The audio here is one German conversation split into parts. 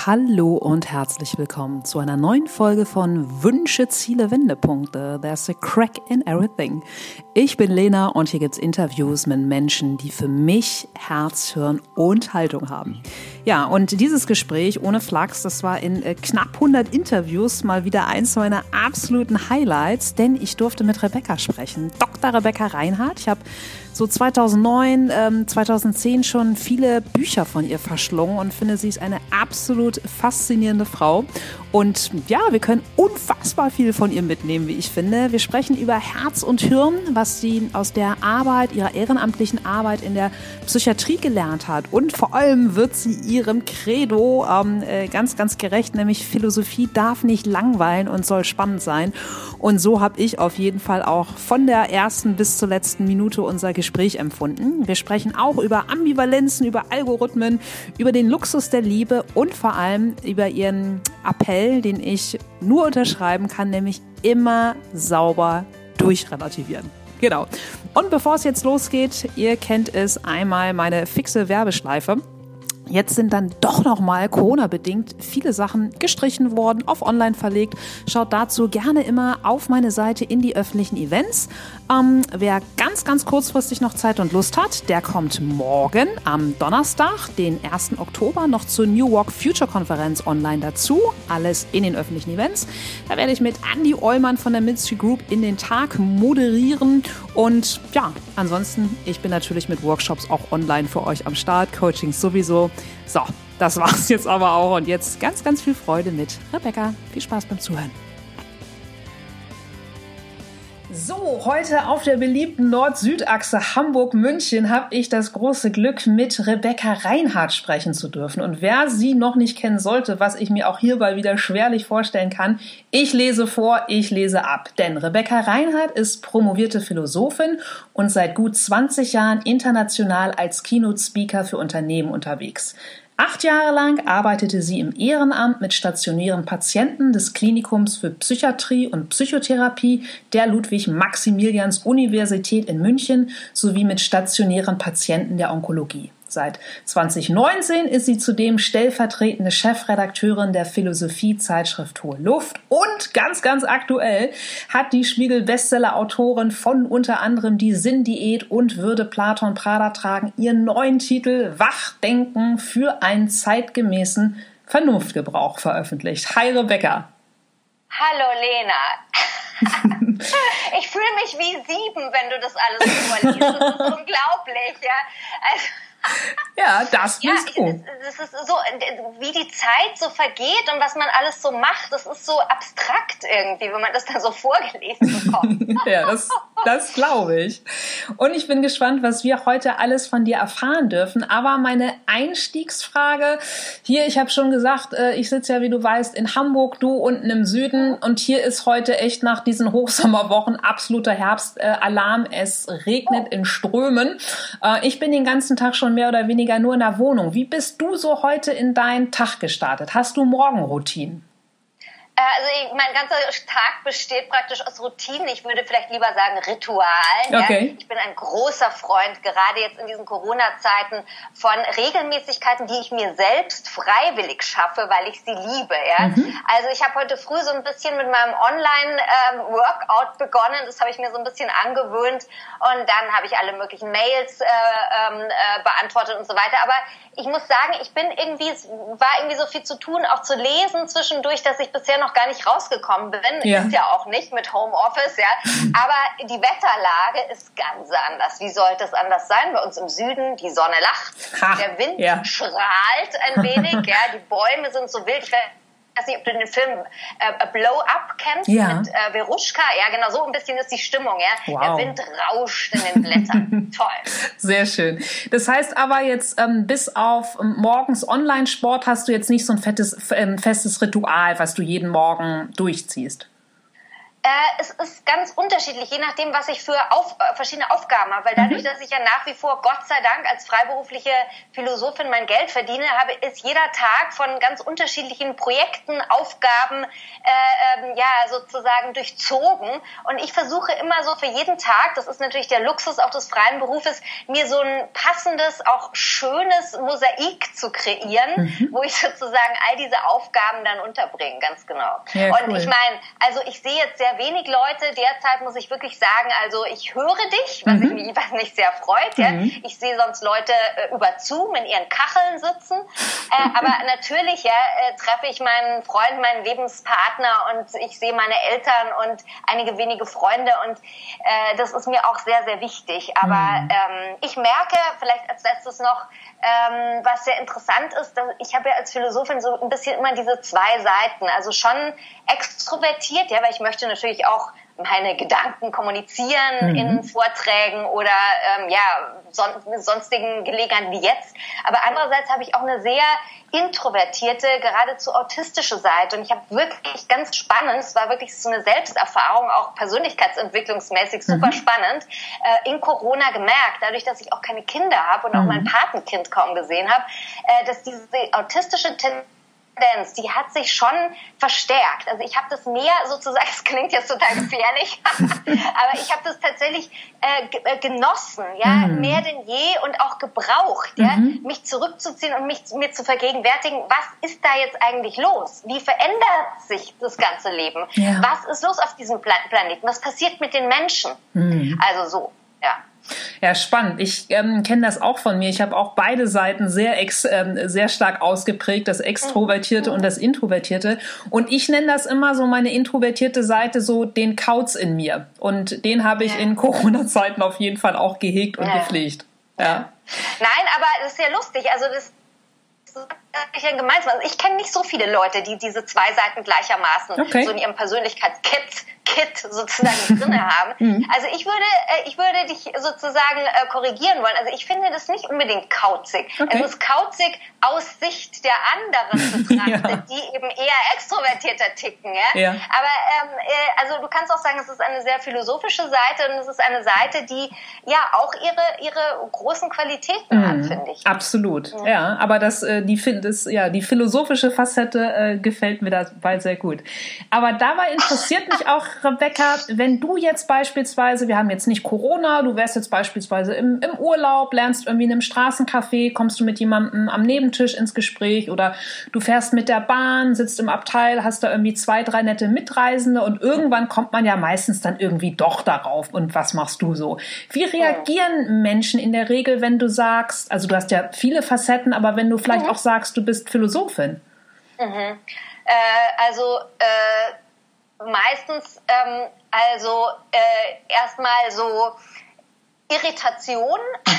Hallo und herzlich willkommen zu einer neuen Folge von Wünsche, Ziele, Wendepunkte. There's a crack in everything. Ich bin Lena und hier gibt's Interviews mit Menschen, die für mich Herz, Hirn und Haltung haben. Ja, und dieses Gespräch ohne Flachs, das war in knapp 100 Interviews mal wieder eins meiner absoluten Highlights, denn ich durfte mit Rebecca sprechen. Dr. Rebecca Reinhardt. Ich habe so 2009, 2010 schon viele Bücher von ihr verschlungen und finde, sie ist eine absolut faszinierende Frau. Und ja, wir können unfassbar viel von ihr mitnehmen, wie ich finde. Wir sprechen über Herz und Hirn, was sie aus der Arbeit, ihrer ehrenamtlichen Arbeit in der Psychiatrie gelernt hat. Und vor allem wird sie ihrem Credo ganz, ganz gerecht, nämlich Philosophie darf nicht langweilen und soll spannend sein. Und so habe ich auf jeden Fall auch von der ersten bis zur letzten Minute unser Gespräch empfunden. Wir sprechen auch über Ambivalenzen, über Algorithmen, über den Luxus der Liebe und vor allem über ihren Appell, den ich nur unterschreiben kann, nämlich immer sauber durchrelativieren. Genau. Und bevor es jetzt losgeht, ihr kennt es, einmal meine fixe Werbeschleife. Jetzt sind dann doch nochmal Corona-bedingt viele Sachen gestrichen worden, auf online verlegt. Schaut dazu gerne immer auf meine Seite in die öffentlichen Events. Wer ganz, ganz kurzfristig noch Zeit und Lust hat, der kommt morgen am Donnerstag, den 1. Oktober, noch zur New Work Future Konferenz online dazu. Alles in den öffentlichen Events. Da werde ich mit Andi Eulmann von der Ministry Group in den Tag moderieren. Und ja, ansonsten, ich bin natürlich mit Workshops auch online für euch am Start. Coachings sowieso. So, das war's jetzt aber auch. Und jetzt ganz, ganz viel Freude mit Rebecca. Viel Spaß beim Zuhören. So, heute auf der beliebten Nord-Süd-Achse Hamburg-München habe ich das große Glück, mit Rebecca Reinhardt sprechen zu dürfen. Und wer sie noch nicht kennen sollte, was ich mir auch hierbei wieder schwerlich vorstellen kann, ich lese vor, ich lese ab. Denn Rebecca Reinhardt ist promovierte Philosophin und seit gut 20 Jahren international als Keynote-Speaker für Unternehmen unterwegs. 8 Jahre lang arbeitete sie im Ehrenamt mit stationären Patienten des Klinikums für Psychiatrie und Psychotherapie der Ludwig-Maximilians-Universität in München sowie mit stationären Patienten der Onkologie. Seit 2019 ist sie zudem stellvertretende Chefredakteurin der Philosophie-Zeitschrift Hohe Luft und ganz, ganz aktuell hat die Spiegel-Bestseller-Autorin von unter anderem Die Sinndiät und Würde Platon Prada tragen ihren neuen Titel Wachdenken für einen zeitgemäßen Vernunftgebrauch veröffentlicht. Hi Rebecca. Hallo Lena. Ich fühle mich wie 7, wenn du das alles vorliest. Das ist unglaublich, ja. Also, ja, das bist du. Das ist so, wie die Zeit so vergeht und was man alles so macht, das ist so abstrakt irgendwie, wenn man das dann so vorgelesen bekommt. Ja, das glaube ich. Und ich bin gespannt, was wir heute alles von dir erfahren dürfen. Aber meine Einstiegsfrage hier, ich habe schon gesagt, ich sitze ja, wie du weißt, in Hamburg, du unten im Süden. Und hier ist heute echt nach diesen Hochsommerwochen absoluter Herbstalarm. Es regnet in Strömen. Ich bin den ganzen Tag schon mehr oder weniger nur in der Wohnung. Wie bist du so heute in deinen Tag gestartet? Hast du Morgenroutinen? Also mein ganzer Tag besteht praktisch aus Routinen. Ich würde vielleicht lieber sagen Ritualen. Okay. Ja? Ich bin ein großer Freund, gerade jetzt in diesen Corona-Zeiten, von Regelmäßigkeiten, die ich mir selbst freiwillig schaffe, weil ich sie liebe. Ja? Also ich habe heute früh so ein bisschen mit meinem Online-Workout begonnen. Das habe ich mir so ein bisschen angewöhnt. Und dann habe ich alle möglichen Mails beantwortet und so weiter. Aber ich muss sagen, es war irgendwie so viel zu tun, auch zu lesen zwischendurch, dass ich bisher noch gar nicht rausgekommen bin. Ja. Ist ja auch nicht mit Homeoffice, ja. Aber die Wetterlage ist ganz anders. Wie sollte es anders sein? Bei uns im Süden, die Sonne lacht, der Wind strahlt ein wenig, ja. Die Bäume sind so wild. Ich weiß nicht, ob du den Film Blow Up kennst mit Veruschka. Ja, genau, so ein bisschen ist die Stimmung. Ja? Wow. Der Wind rauscht in den Blättern. Toll. Sehr schön. Das heißt aber jetzt, bis auf morgens Online-Sport hast du jetzt nicht so ein festes Ritual, was du jeden Morgen durchziehst. Es ist ganz unterschiedlich, je nachdem, was ich für verschiedene Aufgaben habe. Weil dadurch, dass ich ja nach wie vor, Gott sei Dank, als freiberufliche Philosophin mein Geld verdiene, ist jeder Tag von ganz unterschiedlichen Projekten, Aufgaben, sozusagen durchzogen. Und ich versuche immer so für jeden Tag, das ist natürlich der Luxus auch des freien Berufes, mir so ein passendes, auch schönes Mosaik zu kreieren, wo ich sozusagen all diese Aufgaben dann unterbringe, ganz genau. Ja, und cool. Ich meine, also ich sehe jetzt sehr wenig Leute, derzeit muss ich wirklich sagen, also ich höre dich, was mich sehr freut. Ja. Ich sehe sonst Leute über Zoom in ihren Kacheln sitzen, aber natürlich treffe ich meinen Freund, meinen Lebenspartner und ich sehe meine Eltern und einige wenige Freunde und das ist mir auch sehr, sehr wichtig. Aber ich merke, vielleicht als letztes noch, was sehr interessant ist, dass ich habe ja als Philosophin so ein bisschen immer diese zwei Seiten, also schon extrovertiert, ja, weil ich möchte natürlich auch meine Gedanken kommunizieren in Vorträgen oder sonstigen Gelegenheiten wie jetzt. Aber andererseits habe ich auch eine sehr introvertierte, geradezu autistische Seite. Und ich habe wirklich ganz spannend, es war wirklich so eine Selbsterfahrung, auch persönlichkeitsentwicklungsmäßig super spannend, in Corona gemerkt, dadurch, dass ich auch keine Kinder habe und auch mein Patenkind kaum gesehen habe, dass diese autistische Tendenz, die hat sich schon verstärkt. Also ich habe das mehr sozusagen, es klingt jetzt total gefährlich, aber ich habe das tatsächlich genossen, ja, mehr denn je und auch gebraucht, ja, mich zurückzuziehen und mir zu vergegenwärtigen, was ist da jetzt eigentlich los? Wie verändert sich das ganze Leben? Ja. Was ist los auf diesem Planeten? Was passiert mit den Menschen? Also so, ja. Ja, spannend. Ich kenne das auch von mir. Ich habe auch beide Seiten sehr stark ausgeprägt, das Extrovertierte und das Introvertierte. Und ich nenne das immer so meine introvertierte Seite, so den Kauz in mir. Und den habe ich in Corona-Zeiten auf jeden Fall auch gehegt und gepflegt. Ja. Nein, aber das ist ja lustig. Also das ist ja gemeinsam. Also ich kenne nicht so viele Leute, die diese zwei Seiten gleichermaßen so in ihrem Persönlichkeitskit sozusagen drin haben. Also ich würde dich sozusagen korrigieren wollen. Also ich finde das nicht unbedingt kauzig. Es ist kauzig aus Sicht der anderen betrachtet, die eben eher extrovertierter ticken. Ja? Aber also du kannst auch sagen, es ist eine sehr philosophische Seite und es ist eine Seite, die ja auch ihre großen Qualitäten hat, finde ich. Absolut, ja. Aber die philosophische Facette gefällt mir dabei sehr gut. Aber dabei interessiert mich auch, Rebecca, wenn du jetzt beispielsweise, wir haben jetzt nicht Corona, du wärst jetzt beispielsweise im Urlaub, lernst irgendwie in einem Straßencafé, kommst du mit jemandem am Nebentisch ins Gespräch oder du fährst mit der Bahn, sitzt im Abteil, hast da irgendwie 2, 3 nette Mitreisende und irgendwann kommt man ja meistens dann irgendwie doch darauf und was machst du so? Wie reagieren Menschen in der Regel, wenn du sagst, also du hast ja viele Facetten, aber wenn du vielleicht auch sagst, du bist Philosophin? Meistens erstmal so Irritation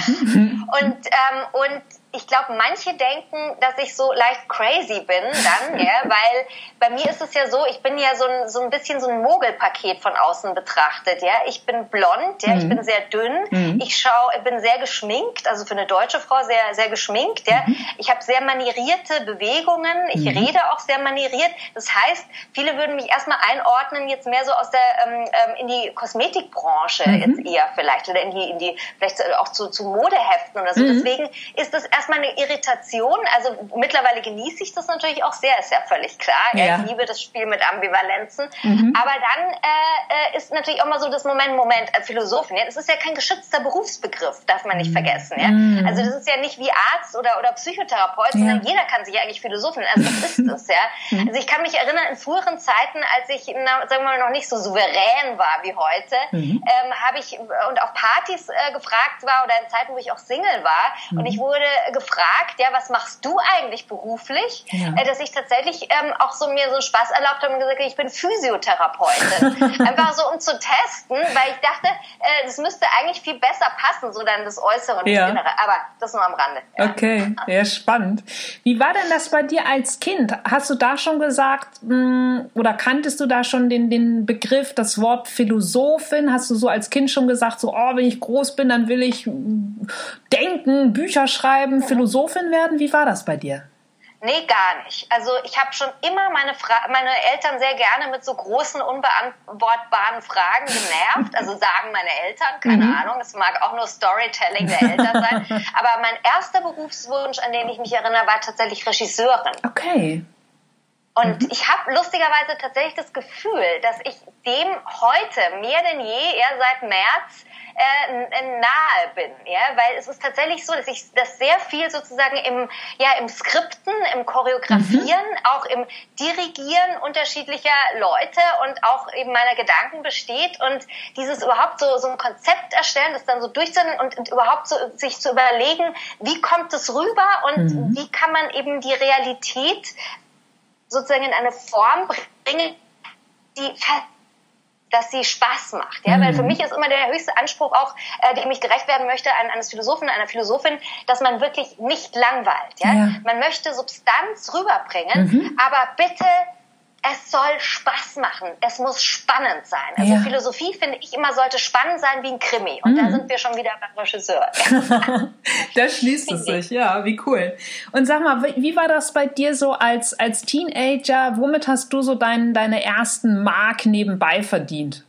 und ich glaube, manche denken, dass ich so leicht crazy bin dann, ja, weil bei mir ist es ja so, ich bin ja so ein bisschen so ein Mogelpaket von außen betrachtet, ja. Ich bin blond, ja, ich bin sehr dünn, ich bin sehr geschminkt, also für eine deutsche Frau sehr, sehr geschminkt, ja. Ich habe sehr manierierte Bewegungen, ich rede auch sehr manieriert. Das heißt, viele würden mich erstmal einordnen, jetzt mehr so aus der in die Kosmetikbranche jetzt eher vielleicht oder in die vielleicht auch zu Modeheften oder so. Deswegen ist das erstmal eine Irritation. Also mittlerweile genieße ich das natürlich auch sehr, ist ja völlig klar. Ja. Ich liebe das Spiel mit Ambivalenzen. Aber dann ist natürlich auch mal so das Moment, als Philosophin. Ja, das ist ja kein geschützter Berufsbegriff, darf man nicht vergessen. Ja. Also das ist ja nicht wie Arzt oder Psychotherapeut, sondern jeder kann sich eigentlich Philosophin nennen. Also das ist es. Ja. Also ich kann mich erinnern, in früheren Zeiten, als ich sagen wir mal noch nicht so souverän war wie heute, habe ich und auf Partys gefragt war oder in Zeiten, wo ich auch Single war und ich wurde gefragt, ja, was machst du eigentlich beruflich? Dass ich tatsächlich auch so mir so Spaß erlaubt habe und gesagt habe, ich bin Physiotherapeutin. Einfach so, um zu testen, weil ich dachte, das müsste eigentlich viel besser passen, so dann das Äußere und das Innere. Aber das nur am Rande. Ja. Okay, ja, spannend. Wie war denn das bei dir als Kind? Hast du da schon gesagt, oder kanntest du da schon den Begriff, das Wort Philosophin? Hast du so als Kind schon gesagt, so, wenn ich groß bin, dann will ich denken, Bücher schreiben, Philosophin werden? Wie war das bei dir? Nee, gar nicht. Also ich habe schon immer meine Eltern sehr gerne mit so großen, unbeantwortbaren Fragen genervt. Also sagen meine Eltern, keine Ahnung, es mag auch nur Storytelling der Eltern sein. Aber mein erster Berufswunsch, an den ich mich erinnere, war tatsächlich Regisseurin. Okay. Und ich habe lustigerweise tatsächlich das Gefühl, dass ich dem heute mehr denn je, eher seit März, nahe bin, ja, weil es ist tatsächlich so, dass ich das sehr viel sozusagen im Skripten, im Choreografieren, auch im Dirigieren unterschiedlicher Leute und auch eben meiner Gedanken besteht und dieses überhaupt so ein Konzept erstellen, das dann so durchzunehmen und überhaupt so sich zu überlegen, wie kommt es rüber und wie kann man eben die Realität sozusagen in eine Form bringen, dass sie Spaß macht, ja, weil für mich ist immer der höchste Anspruch auch, dem ich gerecht werden möchte, eines Philosophen, einer Philosophin, dass man wirklich nicht langweilt, ja. Man möchte Substanz rüberbringen, aber bitte, es soll Spaß machen, es muss spannend sein. Also Philosophie, finde ich immer, sollte spannend sein wie ein Krimi. Und da sind wir schon wieder beim Regisseur. Da schließt es sich, ja, wie cool. Und sag mal, wie war das bei dir so als Teenager? Womit hast du so deine ersten Mark nebenbei verdient?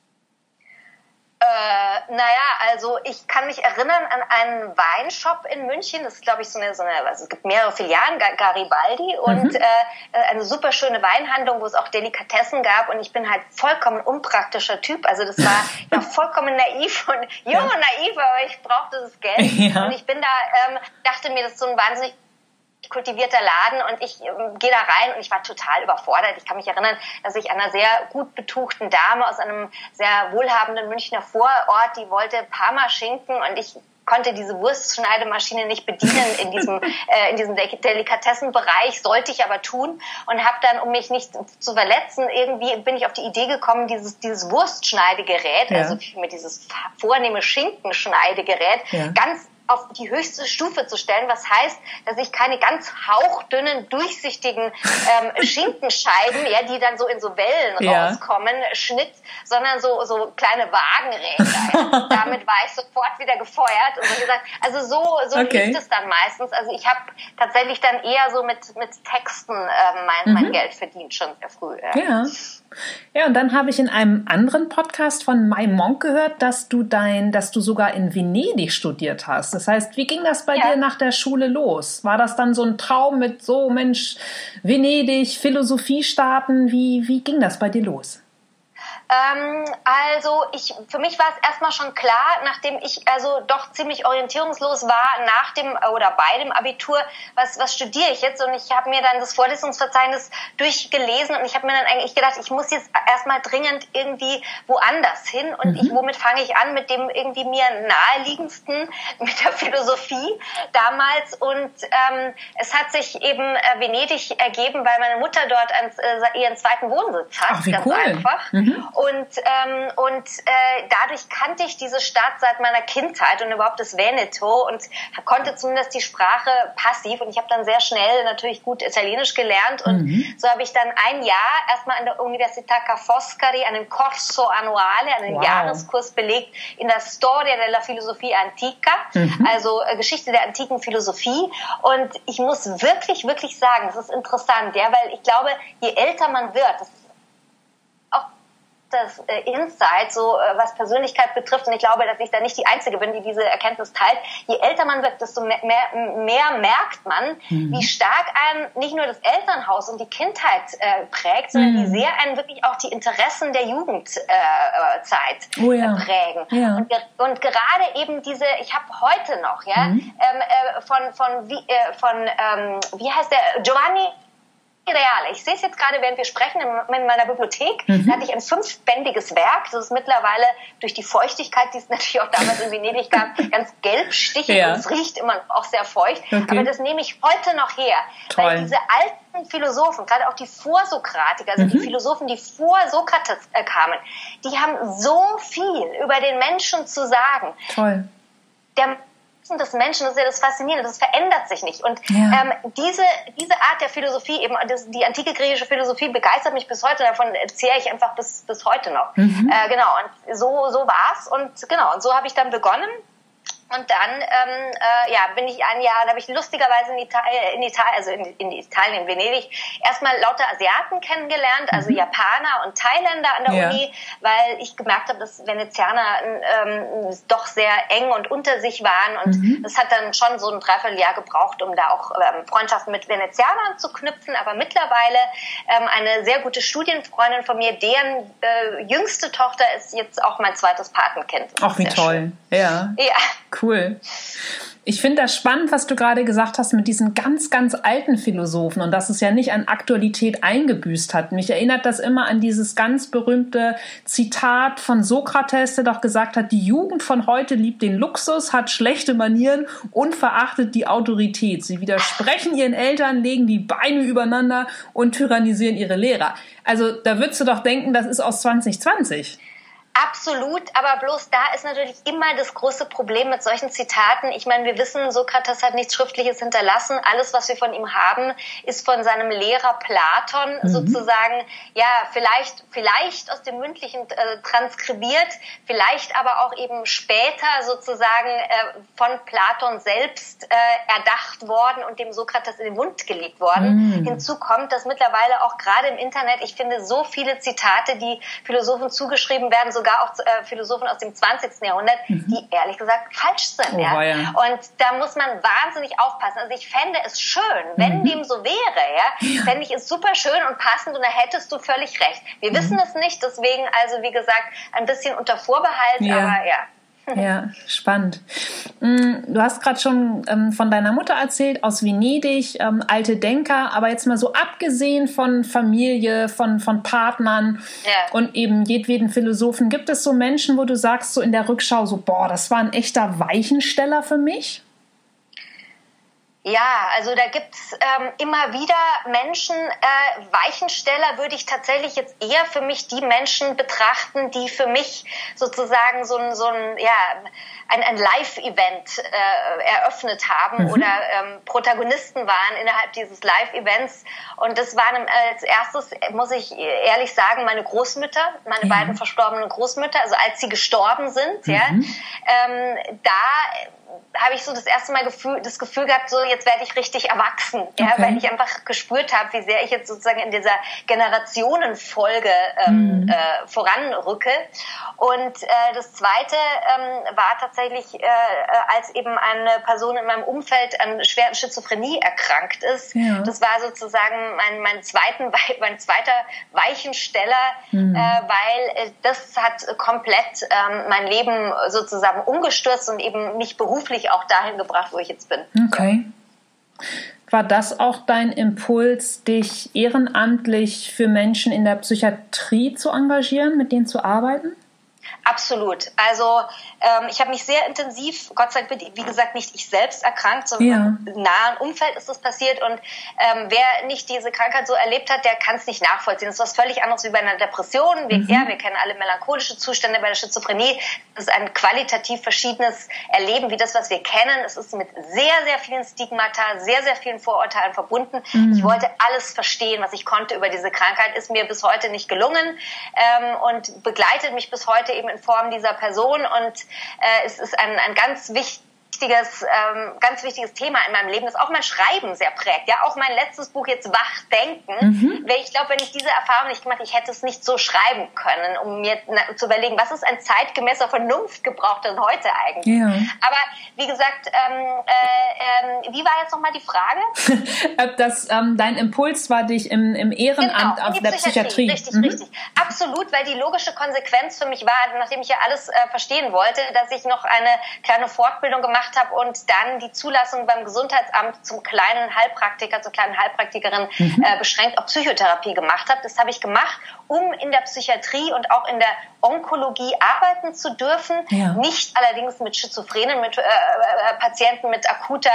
Also ich kann mich erinnern an einen Weinshop in München, das ist, glaube ich, also es gibt mehrere Filialen, Garibaldi, und eine super schöne Weinhandlung, wo es auch Delikatessen gab, und ich bin halt vollkommen unpraktischer Typ, also das war vollkommen naiv und jung und naiv, aber ich brauchte das Geld und ich bin da, dachte mir, das ist so ein wahnsinnig kultivierter Laden und ich gehe da rein und ich war total überfordert. Ich kann mich erinnern, dass ich einer sehr gut betuchten Dame aus einem sehr wohlhabenden Münchner Vorort, die wollte Parmaschinken und ich konnte diese Wurstschneidemaschine nicht bedienen in diesem Delikatessenbereich, sollte ich aber tun und habe dann, um mich nicht zu verletzen, irgendwie bin ich auf die Idee gekommen, dieses Wurstschneidegerät, also mit dieses vornehme Schinkenschneidegerät, ganz auf die höchste Stufe zu stellen, was heißt, dass ich keine ganz hauchdünnen, durchsichtigen Schinkenscheiben, die dann so in so Wellen rauskommen, schnitt, sondern so kleine Wagenräder. Damit war ich sofort wieder gefeuert und so gesagt, also so liegt es dann meistens. Also ich habe tatsächlich dann eher so mit Texten mein Geld verdient, schon sehr früh. Ja, und dann habe ich in einem anderen Podcast von My Monk gehört, dass du sogar in Venedig studiert hast. Das heißt, wie ging das bei dir nach der Schule los? War das dann so ein Traum mit so, Mensch, Venedig, Philosophie starten? Wie ging das bei dir los? Also für mich war es erstmal schon klar, nachdem ich also doch ziemlich orientierungslos war nach dem oder bei dem Abitur, was studiere ich jetzt? Und ich habe mir dann das Vorlesungsverzeichnis durchgelesen und ich habe mir dann eigentlich gedacht, ich muss jetzt erstmal dringend irgendwie woanders hin und womit fange ich an? Mit dem irgendwie mir naheliegendsten, mit der Philosophie damals, und es hat sich eben Venedig ergeben, weil meine Mutter dort ihren zweiten Wohnsitz hat. Ach, wie ganz cool. Einfach. Und dadurch kannte ich diese Stadt seit meiner Kindheit und überhaupt das Veneto und konnte zumindest die Sprache passiv, und ich habe dann sehr schnell natürlich gut Italienisch gelernt und so habe ich dann ein Jahr erstmal an der Università Ca' Foscari einen Corso Annuale, einen Jahreskurs belegt in der Storia della Filosofia Antica, also Geschichte der antiken Philosophie, und ich muss wirklich, wirklich sagen, das ist interessant, weil ich glaube, je älter man wird, das ist das Insight, so was Persönlichkeit betrifft, und ich glaube, dass ich da nicht die Einzige bin, die diese Erkenntnis teilt. Je älter man wird, desto mehr merkt man, wie stark einen nicht nur das Elternhaus und die Kindheit prägt, sondern wie sehr einen wirklich auch die Interessen der Jugendzeit prägen. Ja. Und gerade eben diese, ich habe heute noch, wie heißt der, Giovanni Reale. Ich sehe es jetzt gerade, während wir sprechen, in meiner Bibliothek. Da hatte ich ein 5-bändiges Werk. Das ist mittlerweile durch die Feuchtigkeit, die es natürlich auch damals in Venedig gab, ganz gelbstichig und es riecht immer noch auch sehr feucht. Okay. Aber das nehme ich heute noch her. Toll. Weil diese alten Philosophen, gerade auch die Vorsokratiker, also die Philosophen, die vor Sokrates kamen, die haben so viel über den Menschen zu sagen. Toll. Des Menschen, das ist ja das Faszinierende, das verändert sich nicht. Und diese Art der Philosophie, eben die antike griechische Philosophie, begeistert mich bis heute, davon zehre ich einfach bis heute noch. Genau, und so war's. Und genau, und so habe ich dann begonnen. Und dann bin ich ein Jahr, da habe ich lustigerweise in Italien, Venedig, erstmal lauter Asiaten kennengelernt, also Japaner und Thailänder an der Uni, weil ich gemerkt habe, dass Venezianer doch sehr eng und unter sich waren. Und das hat dann schon so ein Dreivierteljahr gebraucht, um da auch Freundschaften mit Venezianern zu knüpfen. Aber mittlerweile eine sehr gute Studienfreundin von mir, deren jüngste Tochter ist jetzt auch mein zweites Patenkind. Ach, wie toll. Ja. Cool. Ich finde das spannend, was du gerade gesagt hast mit diesen ganz, ganz alten Philosophen und dass es ja nicht an Aktualität eingebüßt hat. Mich erinnert das immer an dieses ganz berühmte Zitat von Sokrates, der doch gesagt hat, die Jugend von heute liebt den Luxus, hat schlechte Manieren und verachtet die Autorität. Sie widersprechen ihren Eltern, legen die Beine übereinander und tyrannisieren ihre Lehrer. Also da würdest du doch denken, das ist aus 2020. Absolut, aber bloß da ist natürlich immer das große Problem mit solchen Zitaten. Ich meine, wir wissen, Sokrates hat nichts Schriftliches hinterlassen. Alles, was wir von ihm haben, ist von seinem Lehrer Platon sozusagen, vielleicht aus dem Mündlichen transkribiert, vielleicht aber auch eben später sozusagen von Platon selbst erdacht worden und dem Sokrates in den Mund gelegt worden. Hinzu kommt, dass mittlerweile auch gerade im Internet, ich finde, so viele Zitate, die Philosophen zugeschrieben werden, sogar auch Philosophen aus dem 20. Jahrhundert, die ehrlich gesagt falsch sind. Ja. Und da muss man wahnsinnig aufpassen. Also ich fände es schön, wenn dem so wäre, fände ich es super schön und passend und da hättest du völlig recht. Wir wissen es nicht, deswegen also wie gesagt ein bisschen unter Vorbehalt, aber ja. Ja, spannend. Du hast gerade schon von deiner Mutter erzählt, aus Venedig, alte Denker, aber jetzt mal so abgesehen von Familie, von Partnern und eben jedweden Philosophen, gibt es so Menschen, wo du sagst, so in der Rückschau, so, boah, das war ein echter Weichensteller für mich? Ja, also da gibt's immer wieder Menschen, Weichensteller würde ich tatsächlich jetzt eher für mich die Menschen betrachten, die für mich sozusagen so ein Live-Event eröffnet haben oder Protagonisten waren innerhalb dieses Live-Events. Und das waren als erstes, muss ich ehrlich sagen, meine Großmütter, meine beiden verstorbenen Großmütter, also als sie gestorben sind, da habe ich so das erste Mal das Gefühl gehabt, so jetzt werde ich richtig erwachsen, weil ich einfach gespürt habe, wie sehr ich jetzt sozusagen in dieser Generationenfolge voranrücke. Und das Zweite war tatsächlich, als eben eine Person in meinem Umfeld an schweren Schizophrenie erkrankt ist. Ja. Das war sozusagen mein zweiter Weichensteller, weil das hat komplett mein Leben sozusagen umgestürzt und eben mich beruflich auch dahin gebracht, wo ich jetzt bin. Okay. War das auch dein Impuls, dich ehrenamtlich für Menschen in der Psychiatrie zu engagieren, mit denen zu arbeiten? Absolut. Also ich habe mich sehr intensiv, Gott sei Dank bin wie gesagt nicht ich selbst erkrankt, sondern im nahen Umfeld ist das passiert und wer nicht diese Krankheit so erlebt hat, der kann es nicht nachvollziehen. Das ist was völlig anderes wie bei einer Depression. Wir kennen alle melancholische Zustände. Bei der Schizophrenie das ist ein qualitativ verschiedenes Erleben wie das, was wir kennen. Es ist mit sehr, sehr vielen Stigmata, sehr, sehr vielen Vorurteilen verbunden. Ich wollte alles verstehen, was ich konnte über diese Krankheit. Ist mir bis heute nicht gelungen und begleitet mich bis heute eben in Form dieser Person und es ist ein ganz wichtiges Thema in meinem Leben, das auch mein Schreiben sehr prägt. Ja, auch mein letztes Buch jetzt Wachdenken. Ich glaube, wenn ich diese Erfahrung nicht gemacht hätte, ich hätte es nicht so schreiben können, um mir zu überlegen, was ist ein zeitgemäßer Vernunftgebrauch denn heute eigentlich? Ja. Aber wie gesagt, wie war jetzt nochmal die Frage? Dass dein Impuls war, dich im Ehrenamt auf der Psychiatrie. Richtig. Absolut, weil die logische Konsequenz für mich war, nachdem ich ja alles verstehen wollte, dass ich noch eine kleine Fortbildung gemacht habe und dann die Zulassung beim Gesundheitsamt zur kleinen Heilpraktikerin beschränkt auf Psychotherapie gemacht habe. Das habe ich gemacht, um in der Psychiatrie und auch in der Onkologie arbeiten zu dürfen. Ja. Nicht allerdings mit Schizophrenen, mit Patienten mit akuter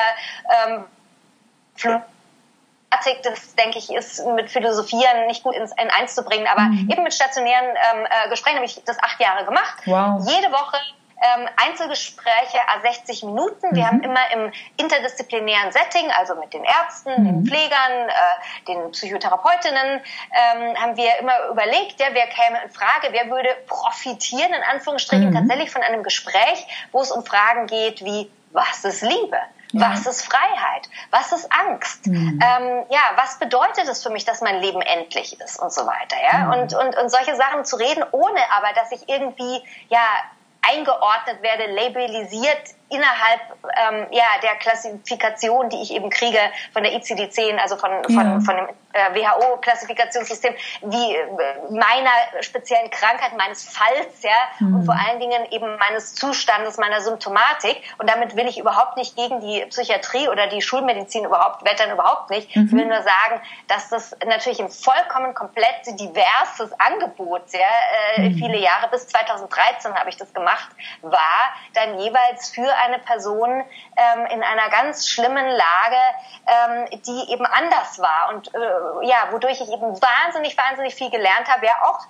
das, denke ich, ist mit Philosophieren nicht gut in eins zu bringen, aber eben mit stationären Gesprächen habe ich das 8 Jahre gemacht. Wow. Jede Woche Einzelgespräche 60 Minuten. Wir haben immer im interdisziplinären Setting, also mit den Ärzten, den Pflegern, den Psychotherapeutinnen, haben wir immer überlegt, wer käme in Frage, wer würde profitieren, in Anführungsstrichen, tatsächlich von einem Gespräch, wo es um Fragen geht wie, was ist Liebe? Ja. Was ist Freiheit? Was ist Angst? Was bedeutet es für mich, dass mein Leben endlich ist und so weiter, ja? Und solche Sachen zu reden, ohne aber, dass ich irgendwie, eingeordnet werde, labelisiert innerhalb der Klassifikation, die ich eben kriege von der ICD-10, also von dem WHO-Klassifikationssystem, wie meiner speziellen Krankheit, meines Falls, und vor allen Dingen eben meines Zustandes, meiner Symptomatik. Und damit will ich überhaupt nicht gegen die Psychiatrie oder die Schulmedizin wettern, überhaupt nicht. Ich will nur sagen, dass das natürlich ein vollkommen komplett diverses Angebot, viele Jahre, bis 2013 habe ich das gemacht, war dann jeweils für eine Person in einer ganz schlimmen Lage, die eben anders war und wodurch ich eben wahnsinnig viel gelernt habe, auch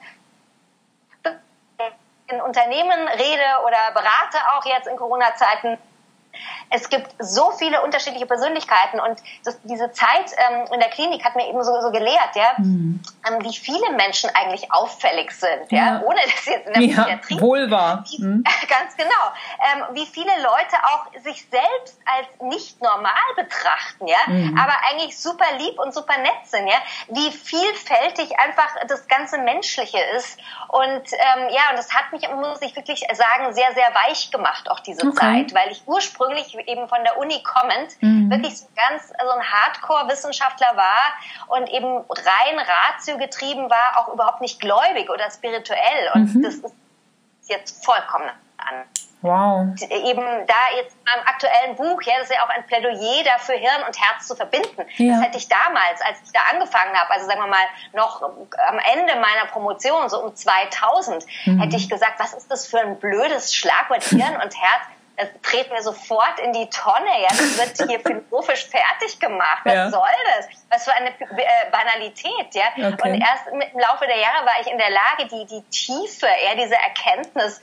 in Unternehmen rede oder berate auch jetzt in Corona-Zeiten. Es gibt so viele unterschiedliche Persönlichkeiten und diese Zeit in der Klinik hat mir eben so gelehrt, wie viele Menschen eigentlich auffällig sind, ohne dass jetzt in der Psychiatrie. Wohl wahr. Ganz genau. Wie viele Leute auch sich selbst als nicht normal betrachten, aber eigentlich super lieb und super nett sind, wie vielfältig einfach das ganze Menschliche ist und und das hat mich, muss ich wirklich sagen, sehr, sehr weich gemacht, auch diese Zeit, weil ich ursprünglich eben von der Uni kommend wirklich so ein Hardcore-Wissenschaftler war und eben rein Ratio getrieben war, auch überhaupt nicht gläubig oder spirituell. Und das ist jetzt vollkommen an. Wow. Eben da jetzt in meinem aktuellen Buch, das ist ja auch ein Plädoyer dafür, Hirn und Herz zu verbinden. Ja. Das hätte ich damals, als ich da angefangen habe, also sagen wir mal noch am Ende meiner Promotion, so um 2000, hätte ich gesagt, was ist das für ein blödes Schlagwort, Hirn und Herz? Das treten wir sofort in die Tonne, das wird hier philosophisch fertig gemacht. Was soll das? Was für eine Banalität, Okay. Und erst im Laufe der Jahre war ich in der Lage, die Tiefe, diese Erkenntnis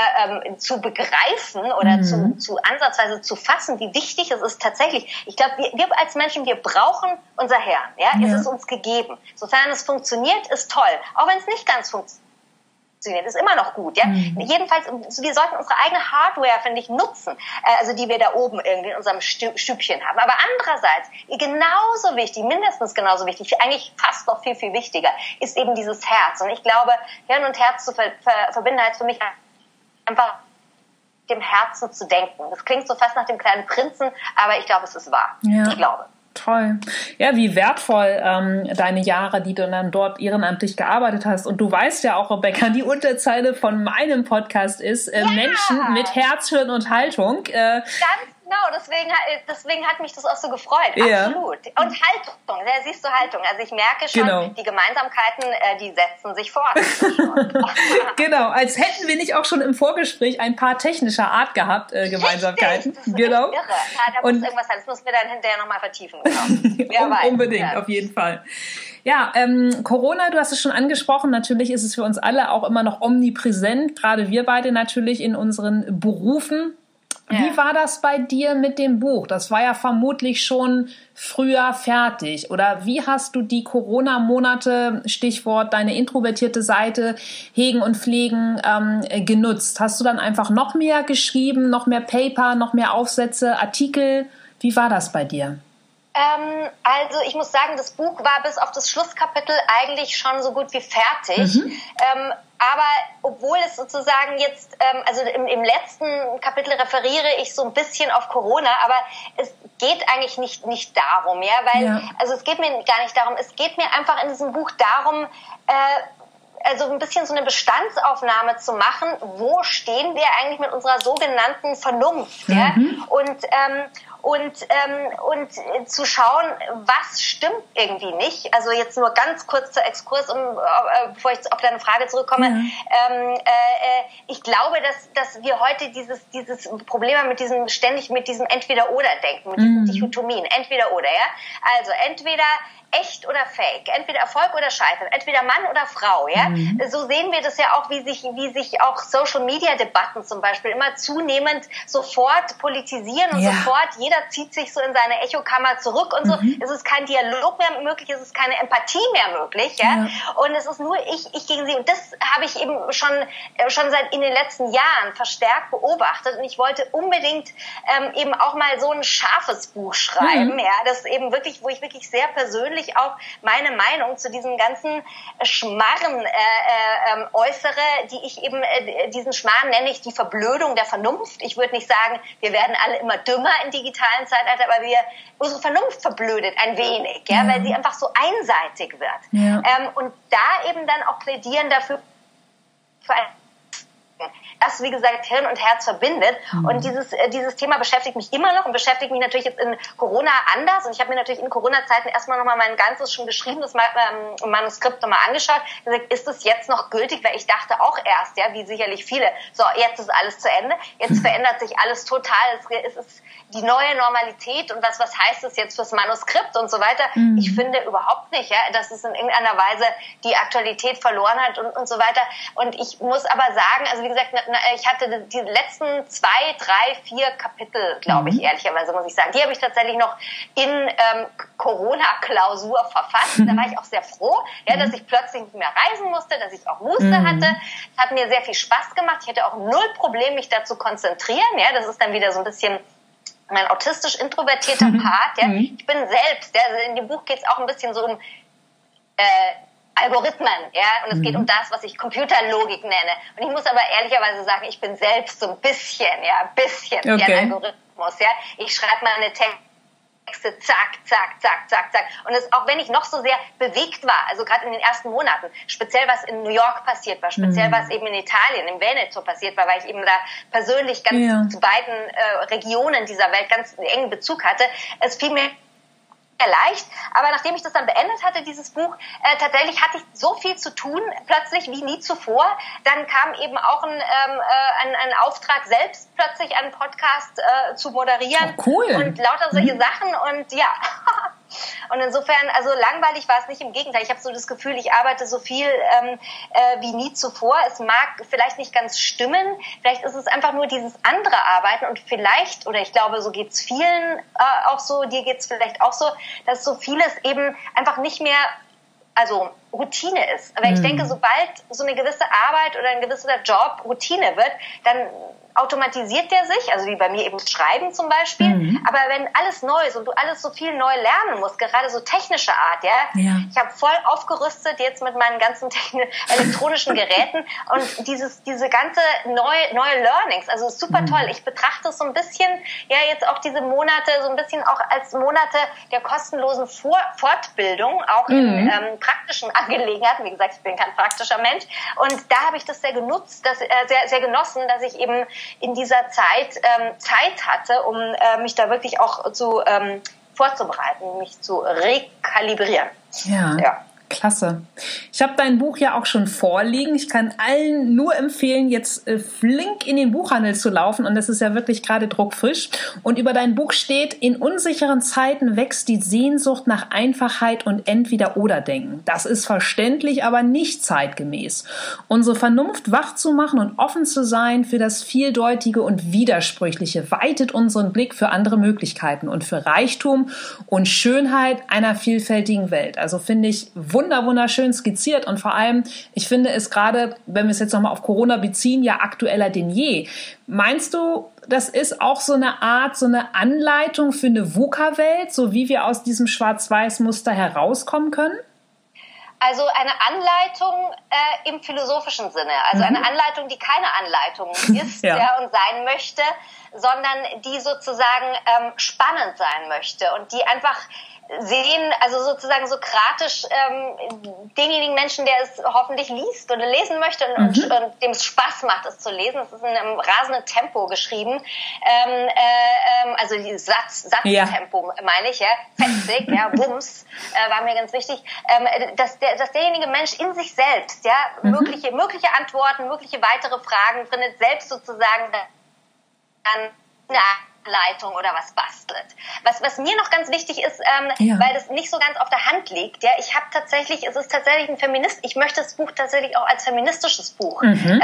zu begreifen oder zu ansatzweise zu fassen, wie wichtig es ist tatsächlich. Ich glaube, wir als Menschen, wir brauchen unser Hirn, Es ist uns gegeben. Sofern es funktioniert, ist toll. Auch wenn es nicht ganz funktioniert, ist immer noch gut, Jedenfalls, wir sollten unsere eigene Hardware, finde ich, nutzen, also die wir da oben irgendwie in unserem Stübchen haben. Aber andererseits, genauso wichtig, mindestens genauso wichtig, eigentlich fast noch viel, viel wichtiger, ist eben dieses Herz. Und ich glaube, Hirn und Herz zu verbinden, heißt für mich einfach dem Herzen zu denken. Das klingt so fast nach dem kleinen Prinzen, aber ich glaube, es ist wahr. Ja. Ich glaube. Toll. Ja, wie wertvoll deine Jahre, die du dann dort ehrenamtlich gearbeitet hast. Und du weißt ja auch, Rebecca, die Unterzeile von meinem Podcast ist Menschen mit Herz, Hirn und Haltung. Ganz genau, deswegen hat mich das auch so gefreut. Absolut. Und Haltung, da siehst du Haltung. Also ich merke schon, die Gemeinsamkeiten, die setzen sich fort. Genau, als hätten wir nicht auch schon im Vorgespräch ein paar technischer Art gehabt, Gemeinsamkeiten. Das ist irre. Da muss irgendwas sein. Das müssen wir dann hinterher nochmal vertiefen. Unbedingt, auf jeden Fall. Ja, Corona, du hast es schon angesprochen, natürlich ist es für uns alle auch immer noch omnipräsent, gerade wir beide natürlich in unseren Berufen. Wie war das bei dir mit dem Buch? Das war ja vermutlich schon früher fertig. Oder wie hast du die Corona-Monate, Stichwort deine introvertierte Seite, hegen und pflegen, genutzt? Hast du dann einfach noch mehr geschrieben, noch mehr Paper, noch mehr Aufsätze, Artikel? Wie war das bei dir? Also ich muss sagen, das Buch war bis auf das Schlusskapitel eigentlich schon so gut wie fertig. Aber obwohl es sozusagen jetzt, also im letzten Kapitel referiere ich so ein bisschen auf Corona, aber es geht eigentlich nicht darum, weil, also es geht mir gar nicht darum, es geht mir einfach in diesem Buch darum, also ein bisschen so eine Bestandsaufnahme zu machen, wo stehen wir eigentlich mit unserer sogenannten Vernunft, und zu schauen, was stimmt irgendwie nicht. Also jetzt nur ganz kurzer Exkurs, bevor ich auf deine Frage zurückkomme. Ich glaube, dass wir heute dieses Problem haben mit diesem Entweder-Oder-Denken, mit diesen Dichotomien, Entweder-Oder, ja. Also entweder echt oder fake, entweder Erfolg oder Scheitern, entweder Mann oder Frau, ja. So sehen wir das ja auch, wie sich auch Social-Media-Debatten zum Beispiel immer zunehmend sofort politisieren und sofort, jeder zieht sich so in seine Echokammer zurück und so. Es ist kein Dialog mehr möglich, es ist keine Empathie mehr möglich, ja. Und es ist nur ich gegen sie. Und das habe ich eben schon seit in den letzten Jahren verstärkt beobachtet. Und ich wollte unbedingt eben auch mal so ein scharfes Buch schreiben, ja, das eben wirklich, wo ich wirklich sehr persönlich auch meine Meinung zu diesem ganzen Schmarren äußere, die ich eben, diesen Schmarren nenne ich die Verblödung der Vernunft. Ich würde nicht sagen, wir werden alle immer dümmer im digitalen Zeitalter, aber unsere Vernunft verblödet ein wenig, ja, weil sie einfach so einseitig wird. Ja. Und da eben dann auch plädieren dafür, das, wie gesagt, Hirn und Herz verbindet. Und dieses Thema beschäftigt mich immer noch und beschäftigt mich natürlich jetzt in Corona anders. Und ich habe mir natürlich in Corona-Zeiten erstmal nochmal mein ganzes schon geschriebenes Manuskript nochmal angeschaut. Gesagt, ist es jetzt noch gültig? Weil ich dachte auch erst, ja, wie sicherlich viele, so, jetzt ist alles zu Ende. Jetzt verändert sich alles total. Es ist die neue Normalität. Und was heißt das jetzt fürs Manuskript und so weiter? Ich finde überhaupt nicht, ja, dass es in irgendeiner Weise die Aktualität verloren hat und so weiter. Und ich muss aber sagen, also wie gesagt, ich hatte die letzten 2, 3, 4 Kapitel, glaube ich, ehrlicherweise muss ich sagen, die habe ich tatsächlich noch in Corona-Klausur verfasst. Da war ich auch sehr froh, ja, dass ich plötzlich nicht mehr reisen musste, dass ich auch Muße hatte. Es hat mir sehr viel Spaß gemacht. Ich hatte auch 0 Problem, mich da zu konzentrieren. Ja, das ist dann wieder so ein bisschen mein autistisch introvertierter Part. Ja. Ich bin selbst, ja, also in dem Buch geht es auch ein bisschen so um Algorithmen, ja, und es geht um das, was ich Computerlogik nenne. Und ich muss aber ehrlicherweise sagen, ich bin selbst so ein bisschen wie ein Algorithmus, ja. Ich schreibe meine Texte, zack, zack, zack, zack, zack. Und auch wenn ich noch so sehr bewegt war, also gerade in den ersten Monaten, speziell was in New York passiert war, speziell was eben in Italien, im Veneto passiert war, weil ich eben da persönlich ganz zu beiden Regionen dieser Welt ganz engen Bezug hatte, es fiel mir leicht, aber nachdem ich das dann beendet hatte, dieses Buch, tatsächlich hatte ich so viel zu tun, plötzlich wie nie zuvor. Dann kam eben auch ein Auftrag, selbst plötzlich einen Podcast zu moderieren. Oh, cool. Und lauter solche Sachen und ja. Und insofern, also langweilig war es nicht, im Gegenteil. Ich habe so das Gefühl, ich arbeite so viel wie nie zuvor. Es mag vielleicht nicht ganz stimmen, vielleicht ist es einfach nur dieses andere Arbeiten und vielleicht, oder ich glaube, so geht's vielen auch so, dir geht's vielleicht auch so, dass so vieles eben einfach nicht mehr, also Routine ist. Aber ich denke, sobald so eine gewisse Arbeit oder ein gewisser Job Routine wird, dann automatisiert der sich, also wie bei mir eben Schreiben zum Beispiel. Aber wenn alles neu ist und du alles so viel neu lernen musst, gerade so technische Art, ja. Ich habe voll aufgerüstet jetzt mit meinen ganzen elektronischen Geräten und diese ganze neue Learnings, also super toll. Ich betrachte es so ein bisschen, ja, jetzt auch diese Monate so ein bisschen auch als Monate der kostenlosen Fortbildung, auch in praktischen Angelegenheiten. Wie gesagt, ich bin kein praktischer Mensch und da habe ich das sehr genutzt, sehr, sehr genossen, dass ich eben in dieser Zeit hatte, um mich da wirklich auch vorzubereiten, mich zu rekalibrieren. Ja. Klasse. Ich habe dein Buch ja auch schon vorliegen. Ich kann allen nur empfehlen, jetzt flink in den Buchhandel zu laufen und das ist ja wirklich gerade druckfrisch. Und über dein Buch steht, in unsicheren Zeiten wächst die Sehnsucht nach Einfachheit und Entweder-Oder-Denken. Das ist verständlich, aber nicht zeitgemäß. Unsere Vernunft wach zu machen und offen zu sein für das Vieldeutige und Widersprüchliche weitet unseren Blick für andere Möglichkeiten und für Reichtum und Schönheit einer vielfältigen Welt. Also finde ich wunderschön skizziert und vor allem, ich finde es gerade, wenn wir es jetzt nochmal auf Corona beziehen, ja aktueller denn je. Meinst du, das ist auch so eine Art, so eine Anleitung für eine VUCA-Welt, so wie wir aus diesem Schwarz-Weiß-Muster herauskommen können? Also eine Anleitung im philosophischen Sinne, also eine Anleitung, die keine Anleitung ist und sein möchte, sondern die sozusagen spannend sein möchte und die einfach sehen, also sozusagen sokratisch denjenigen Menschen, der es hoffentlich liest oder lesen möchte und dem es Spaß macht, es zu lesen. Es ist in einem rasenden Tempo geschrieben, also die Satztempo meine ich, ja, fetzig, ja, Bums, war mir ganz wichtig, dass derjenige Mensch in sich selbst, ja, mögliche Antworten, mögliche weitere Fragen findet, selbst sozusagen dann eine Leitung oder was bastelt. Was mir noch ganz wichtig ist, weil das nicht so ganz auf der Hand liegt, ja, es ist tatsächlich ein ich möchte das Buch tatsächlich auch als feministisches Buch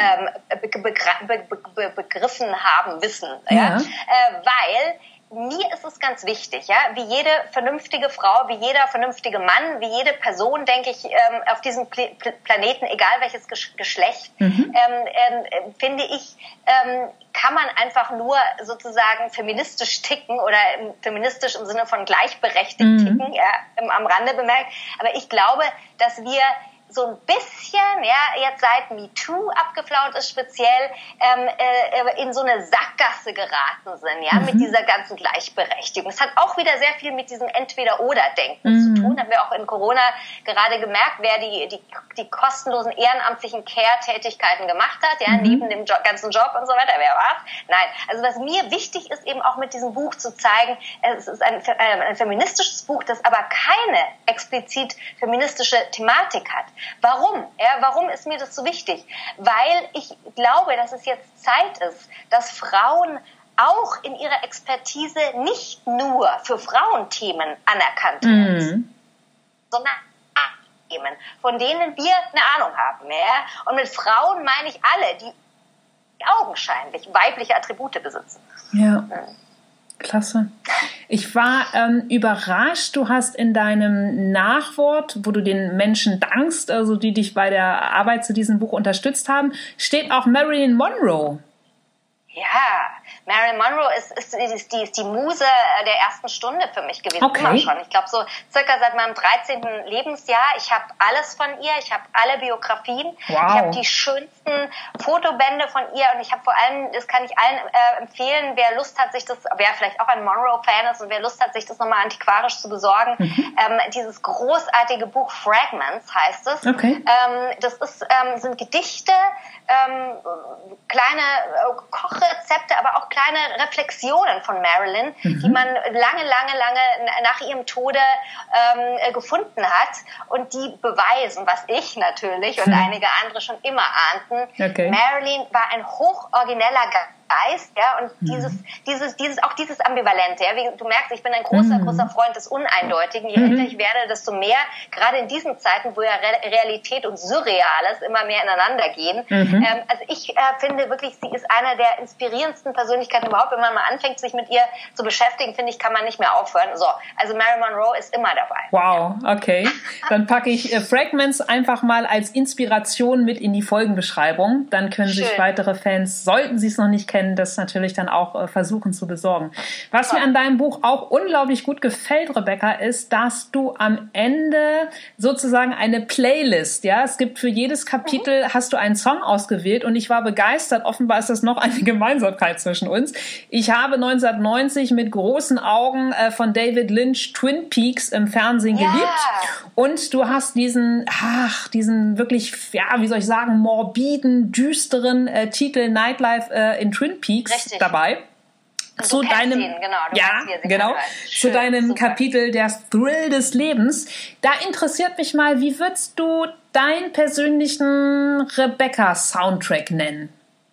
begriffen haben, wissen, ja, weil mir ist es ganz wichtig, ja, wie jede vernünftige Frau, wie jeder vernünftige Mann, wie jede Person, denke ich, auf diesem Planeten, egal welches Geschlecht, finde ich, kann man einfach nur sozusagen feministisch ticken oder feministisch im Sinne von gleichberechtigt ticken, ja, am Rande bemerkt. Aber ich glaube, dass wir so ein bisschen, ja, jetzt seit MeToo abgeflaut ist, speziell in so eine Sackgasse geraten sind, ja, mit dieser ganzen Gleichberechtigung. Es hat auch wieder sehr viel mit diesem Entweder-Oder-Denken zu tun. Haben wir auch in Corona gerade gemerkt, wer die kostenlosen ehrenamtlichen Care-Tätigkeiten gemacht hat, ja, neben dem ganzen Job und so weiter, wer war's? Nein. Also was mir wichtig ist, eben auch mit diesem Buch zu zeigen, es ist ein feministisches Buch, das aber keine explizit feministische Thematik hat. Warum? Ja, warum ist mir das so wichtig? Weil ich glaube, dass es jetzt Zeit ist, dass Frauen auch in ihrer Expertise nicht nur für Frauenthemen anerkannt werden, sondern Themen, von denen wir eine Ahnung haben. Ja? Und mit Frauen meine ich alle, die augenscheinlich weibliche Attribute besitzen. Ja. Klasse. Ich war überrascht, du hast in deinem Nachwort, wo du den Menschen dankst, also die dich bei der Arbeit zu diesem Buch unterstützt haben, steht auch Marilyn Monroe. Ja, Marilyn Monroe ist die Muse der ersten Stunde für mich gewesen, immer schon. Ich glaube so circa seit meinem 13. Lebensjahr. Ich habe alles von ihr, ich habe alle Biografien, ich habe die schönsten Fotobände von ihr und ich habe vor allem, das kann ich allen empfehlen, wer Lust hat, wer vielleicht auch ein Monroe-Fan ist und wer Lust hat, sich das nochmal antiquarisch zu besorgen, dieses großartige Buch Fragments heißt es. Das sind Gedichte, kleine Kochrezepte, aber auch kleine Reflexionen von Marilyn, die man lange nach ihrem Tode gefunden hat und die beweisen, was ich natürlich und einige andere schon immer ahnten. Marilyn war ein hochorigineller Geist, ja, und dieses Ambivalente, ja, wie du merkst, ich bin ein großer Freund des Uneindeutigen. Je älter ich werde, desto mehr, gerade in diesen Zeiten, wo ja Realität und Surreales immer mehr ineinander gehen. Also ich finde wirklich, sie ist eine der inspirierendsten Persönlichkeiten überhaupt. Wenn man mal anfängt, sich mit ihr zu beschäftigen, finde ich, kann man nicht mehr aufhören. So, also Marilyn Monroe ist immer dabei. Wow, okay. Dann packe ich Fragments einfach mal als Inspiration mit in die Folgenbeschreibung. Dann können sich weitere Fans, sollten sie es noch nicht kennen, das natürlich dann auch versuchen zu besorgen. Was mir an deinem Buch auch unglaublich gut gefällt, Rebecca, ist, dass du am Ende sozusagen eine Playlist, ja, es gibt für jedes Kapitel, hast du einen Song ausgewählt und ich war begeistert. Offenbar ist das noch eine Gemeinsamkeit zwischen uns. Ich habe 1990 mit großen Augen von David Lynch Twin Peaks im Fernsehen geliebt und du hast diesen wirklich, ja, wie soll ich sagen, morbiden, düsteren Titel Nightlife in Twin Peaks dabei. Zu deinem, zu deinem Kapitel der Thrill des Lebens. Da interessiert mich mal, wie würdest du deinen persönlichen Rebecca-Soundtrack nennen?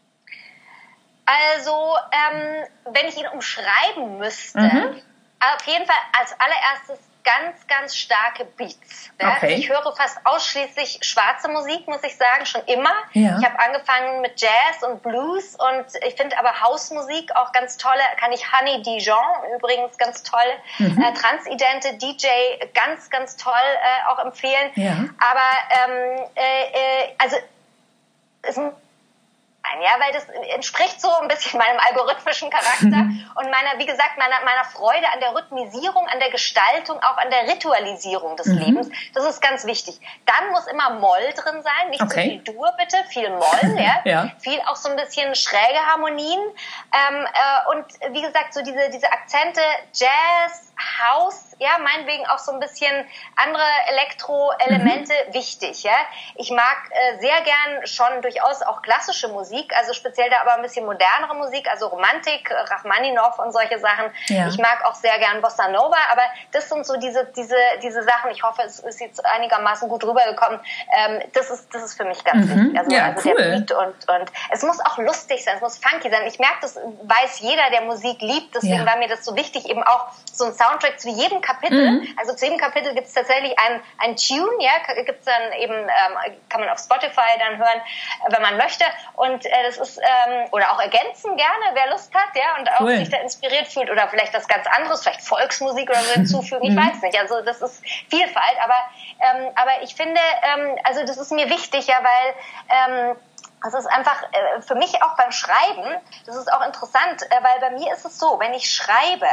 Also, wenn ich ihn umschreiben müsste, auf jeden Fall als allererstes ganz starke Beats. Ja? Ich höre fast ausschließlich schwarze Musik, muss ich sagen, schon immer. Ja. Ich habe angefangen mit Jazz und Blues und ich finde aber Hausmusik auch ganz tolle, kann ich Honey Dijon übrigens ganz toll, Transidente DJ ganz toll auch empfehlen. Ja. Aber also es sein, ja, weil das entspricht so ein bisschen meinem algorithmischen Charakter und meiner Freude an der Rhythmisierung, an der Gestaltung, auch an der Ritualisierung des Lebens. Das ist ganz wichtig. Dann muss immer Moll drin sein, nicht zu viel Dur bitte, viel Moll, ja, viel auch so ein bisschen schräge Harmonien und wie gesagt, so diese Akzente, Jazz, House, ja, meinetwegen auch so ein bisschen andere Elektro-Elemente wichtig, ja. Ich mag sehr gern schon durchaus auch klassische Musik, also speziell da aber ein bisschen modernere Musik, also Romantik, Rachmaninoff und solche Sachen. Ja. Ich mag auch sehr gern Bossa Nova, aber das sind so diese Sachen, ich hoffe, es ist jetzt einigermaßen gut rübergekommen, das ist für mich ganz wichtig. Also, ja, cool. Der Beat und es muss auch lustig sein, es muss funky sein. Ich merke, das weiß jeder, der Musik liebt, deswegen war mir das so wichtig, eben auch so ein Soundtrack zu jedem Kapitel. Also zu jedem Kapitel gibt es tatsächlich ein Tune, ja, gibt's dann eben, kann man auf Spotify dann hören, wenn man möchte. Und das ist, oder auch ergänzen gerne, wer Lust hat, ja, und auch sich da inspiriert fühlt oder vielleicht was ganz anderes, vielleicht Volksmusik oder so hinzufügen, ich weiß nicht. Also das ist Vielfalt, aber ich finde, also das ist mir wichtig, ja, weil das ist einfach für mich auch beim Schreiben, das ist auch interessant, weil bei mir ist es so, wenn ich schreibe,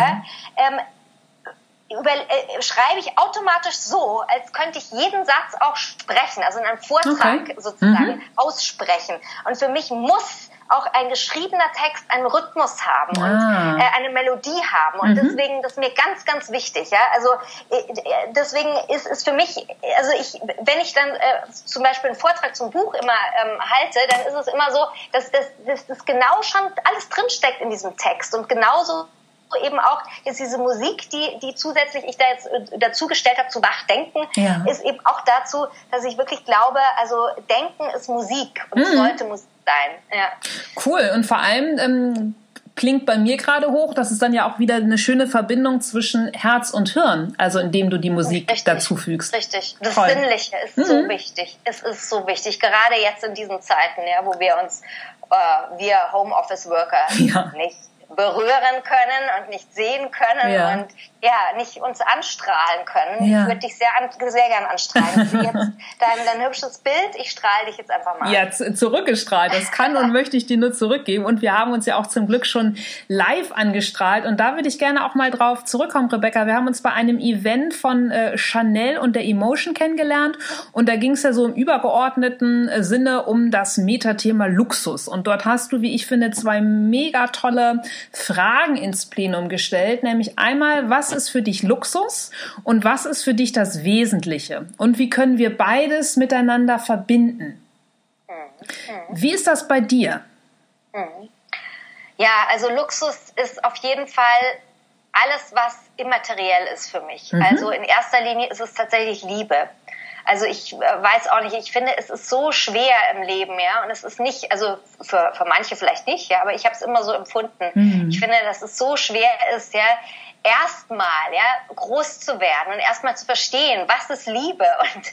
schreibe ich automatisch so, als könnte ich jeden Satz auch sprechen, also in einem Vortrag sozusagen aussprechen. Und für mich muss auch ein geschriebener Text einen Rhythmus haben und eine Melodie haben. Und deswegen, das ist mir ganz, ganz wichtig. Ja? Also deswegen ist für mich, also wenn ich dann zum Beispiel einen Vortrag zum Buch immer halte, dann ist es immer so, dass das genau schon alles drinsteckt in diesem Text. Und genauso eben auch jetzt diese Musik, die zusätzlich ich da jetzt dazugestellt habe zu Wachdenken, ist eben auch dazu, dass ich wirklich glaube, also Denken ist Musik und es sollte Musik sein. Ja. Cool. Und vor allem klingt bei mir gerade hoch, das ist dann ja auch wieder eine schöne Verbindung zwischen Herz und Hirn, also indem du die Musik dazufügst. Richtig. Das Sinnliche ist so wichtig. Es ist so wichtig, gerade jetzt in diesen Zeiten, ja, wo wir uns, wir Homeoffice-Worker nicht berühren können und nicht sehen können und nicht uns anstrahlen können. Ich würde dich sehr gern anstrahlen. Ich sehe jetzt dein hübsches Bild, ich strahle dich jetzt einfach mal. Ja, zurückgestrahlt. Das kann und möchte ich dir nur zurückgeben. Und wir haben uns ja auch zum Glück schon live angestrahlt. Und da würde ich gerne auch mal drauf zurückkommen, Rebecca. Wir haben uns bei einem Event von Chanel und der Emotion kennengelernt. Und da ging es ja so im übergeordneten Sinne um das Metathema Luxus. Und dort hast du, wie ich finde, 2 mega tolle Fragen ins Plenum gestellt. Nämlich einmal, was ist für dich Luxus und was ist für dich das Wesentliche? Und wie können wir beides miteinander verbinden? Wie ist das bei dir? Ja, also Luxus ist auf jeden Fall alles, was immateriell ist für mich. Also in erster Linie ist es tatsächlich Liebe. Also ich weiß auch nicht, ich finde, es ist so schwer im Leben, ja, und es ist nicht, also für manche vielleicht nicht, ja, aber ich habe es immer so empfunden. Ich finde, dass es so schwer ist, ja, erstmal groß zu werden und erstmal zu verstehen, was ist Liebe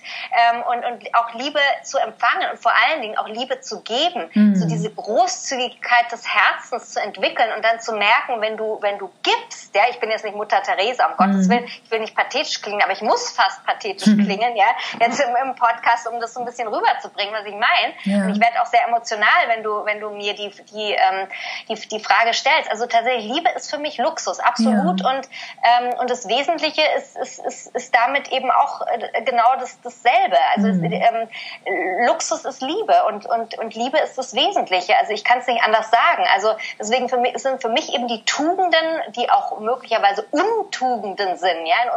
und auch Liebe zu empfangen und vor allen Dingen auch Liebe zu geben, so diese Großzügigkeit des Herzens zu entwickeln und dann zu merken, wenn du gibst, ja, ich bin jetzt nicht Mutter Teresa, um Gottes Willen, ich will nicht pathetisch klingen, aber ich muss fast pathetisch klingen, ja, jetzt im Podcast, um das so ein bisschen rüberzubringen, was ich meine. Ja. Und ich werde auch sehr emotional, wenn du mir die Frage stellst. Also tatsächlich, Liebe ist für mich Luxus, absolut. Ja. Und das Wesentliche ist damit eben auch genau dasselbe. Also Luxus ist Liebe und Liebe ist das Wesentliche. Also ich kann es nicht anders sagen. Also deswegen sind für mich eben die Tugenden, die auch möglicherweise Untugenden sind, ja,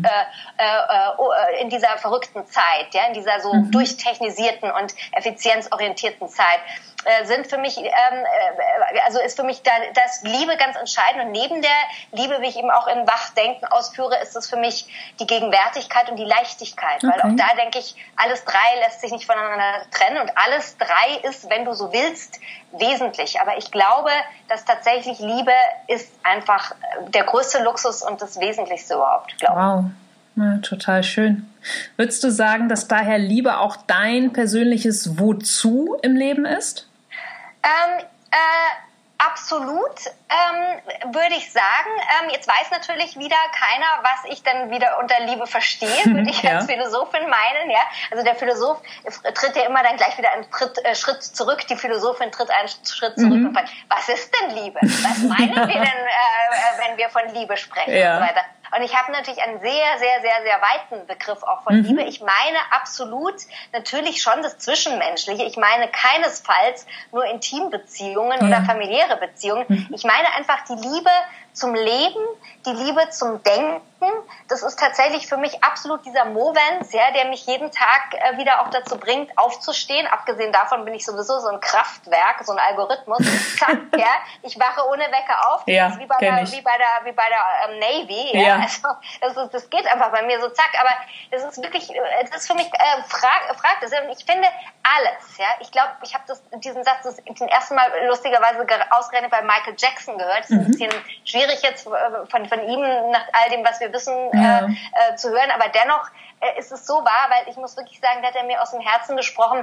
in dieser verrückten Zeit, ja, in dieser so durchtechnisierten und effizienzorientierten Zeit, sind für mich, also ist für mich das Liebe ganz entscheidend. Und neben der Liebe, wie ich eben auch in Wachdenken ausführe, ist es für mich die Gegenwärtigkeit und die Leichtigkeit. Weil auch da denke ich, alles 3 lässt sich nicht voneinander trennen und alles 3 ist, wenn du so willst, wesentlich. Aber ich glaube, dass tatsächlich Liebe ist einfach der größte Luxus und das Wesentlichste überhaupt, glaube ich. Wow. Ja, total schön. Würdest du sagen, dass daher Liebe auch dein persönliches Wozu im Leben ist? Absolut. würde ich sagen, jetzt weiß natürlich wieder keiner, was ich dann wieder unter Liebe verstehe, würde ich als Philosophin meinen, ja. Also der Philosoph tritt ja immer dann gleich wieder einen Schritt zurück, die Philosophin tritt einen Schritt zurück und fragt, was ist denn Liebe? Was meinen wir denn, wenn wir von Liebe sprechen und so weiter? Und ich habe natürlich einen sehr, sehr, sehr, sehr weiten Begriff auch von Liebe. Ich meine absolut natürlich schon das Zwischenmenschliche. Ich meine keinesfalls nur Intimbeziehungen oder familiäre Beziehungen. Ich meine einfach die Liebe zum Leben, die Liebe zum Denken. Das ist tatsächlich für mich absolut dieser Movens, ja, der mich jeden Tag wieder auch dazu bringt, aufzustehen. Abgesehen davon bin ich sowieso so ein Kraftwerk, so ein Algorithmus. Zack, ja, ich wache ohne Wecker auf. Das ist wie bei der Navy. Ja. Also das geht einfach bei mir so zack. Aber das ist wirklich, das ist für mich fragt es. Und ich finde alles. Ja, ich glaube, ich habe diesen Satz zum ersten Mal lustigerweise ausgerechnet bei Michael Jackson gehört. Das ist ein bisschen schwierig jetzt von ihm nach all dem, was wir wissen, zu hören. Aber dennoch ist es so wahr, weil ich muss wirklich sagen, da hat er mir aus dem Herzen gesprochen.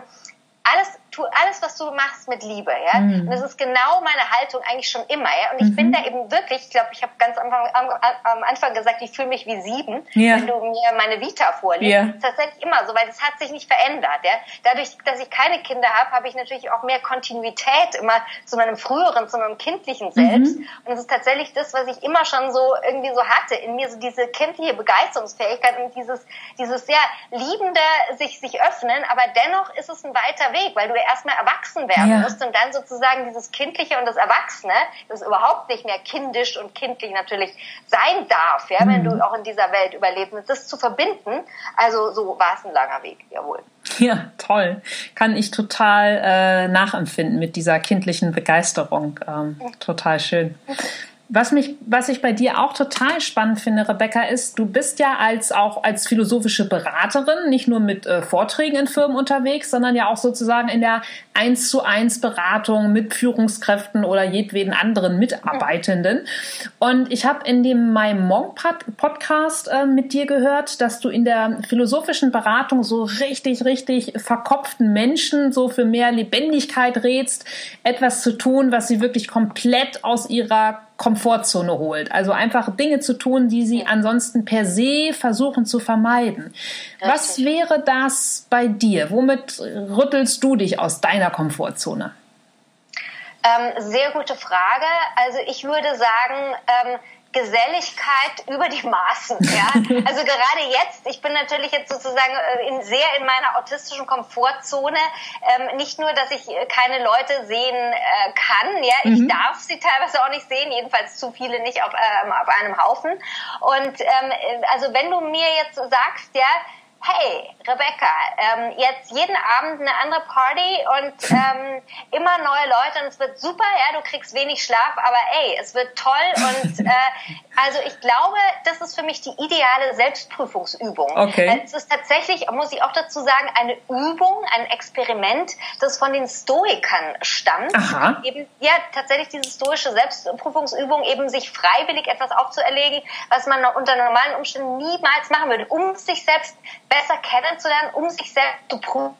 Alles, was du machst mit Liebe, ja. Und das ist genau meine Haltung eigentlich schon immer, ja. Und ich bin da eben wirklich, ich glaube, ich habe ganz am Anfang gesagt, ich fühle mich wie 7, wenn du mir meine Vita vorlegst. Das ist tatsächlich immer so, weil das hat sich nicht verändert, ja. Dadurch, dass ich keine Kinder habe ich natürlich auch mehr Kontinuität immer zu meinem früheren, zu meinem kindlichen Selbst. Und das ist tatsächlich das, was ich immer schon so irgendwie so hatte, in mir so diese kindliche Begeisterungsfähigkeit und dieses liebende sich öffnen, aber dennoch ist es ein weiter Weg, weil du ja erstmal erwachsen werden musst und dann sozusagen dieses Kindliche und das Erwachsene, das überhaupt nicht mehr kindisch und kindlich natürlich sein darf, ja, wenn du auch in dieser Welt überlebst, das zu verbinden, also so war es ein langer Weg, jawohl. Ja, toll. Kann ich total nachempfinden mit dieser kindlichen Begeisterung. Total schön. Was ich bei dir auch total spannend finde, Rebecca, ist, du bist ja auch als philosophische Beraterin nicht nur mit Vorträgen in Firmen unterwegs, sondern ja auch sozusagen in der 1:1 Beratung mit Führungskräften oder jedweden anderen Mitarbeitenden. Und ich habe in dem My Monk Podcast mit dir gehört, dass du in der philosophischen Beratung so richtig, richtig verkopften Menschen so für mehr Lebendigkeit rätst, etwas zu tun, was sie wirklich komplett aus ihrer Komfortzone holt. Also einfach Dinge zu tun, die sie ansonsten per se versuchen zu vermeiden. Richtig. Was wäre das bei dir? Womit rüttelst du dich aus deiner Komfortzone? Sehr gute Frage. Also ich würde sagen, Geselligkeit über die Maßen, ja. Also gerade jetzt, ich bin natürlich jetzt sozusagen sehr in meiner autistischen Komfortzone. Nicht nur, dass ich keine Leute sehen kann, ja, ich darf sie teilweise auch nicht sehen, jedenfalls zu viele nicht auf einem Haufen. Und also wenn du mir jetzt sagst, ja, hey, Rebecca, jetzt jeden Abend eine andere Party und immer neue Leute und es wird super, ja, du kriegst wenig Schlaf, aber ey, es wird toll und also ich glaube, das ist für mich die ideale Selbstprüfungsübung. Okay. Es ist tatsächlich, muss ich auch dazu sagen, eine Übung, ein Experiment, das von den Stoikern stammt. Aha. Eben, ja, tatsächlich diese stoische Selbstprüfungsübung, eben sich freiwillig etwas aufzuerlegen, was man unter normalen Umständen niemals machen würde, um sich selbst besser kennenzulernen, um sich selbst zu prüfen,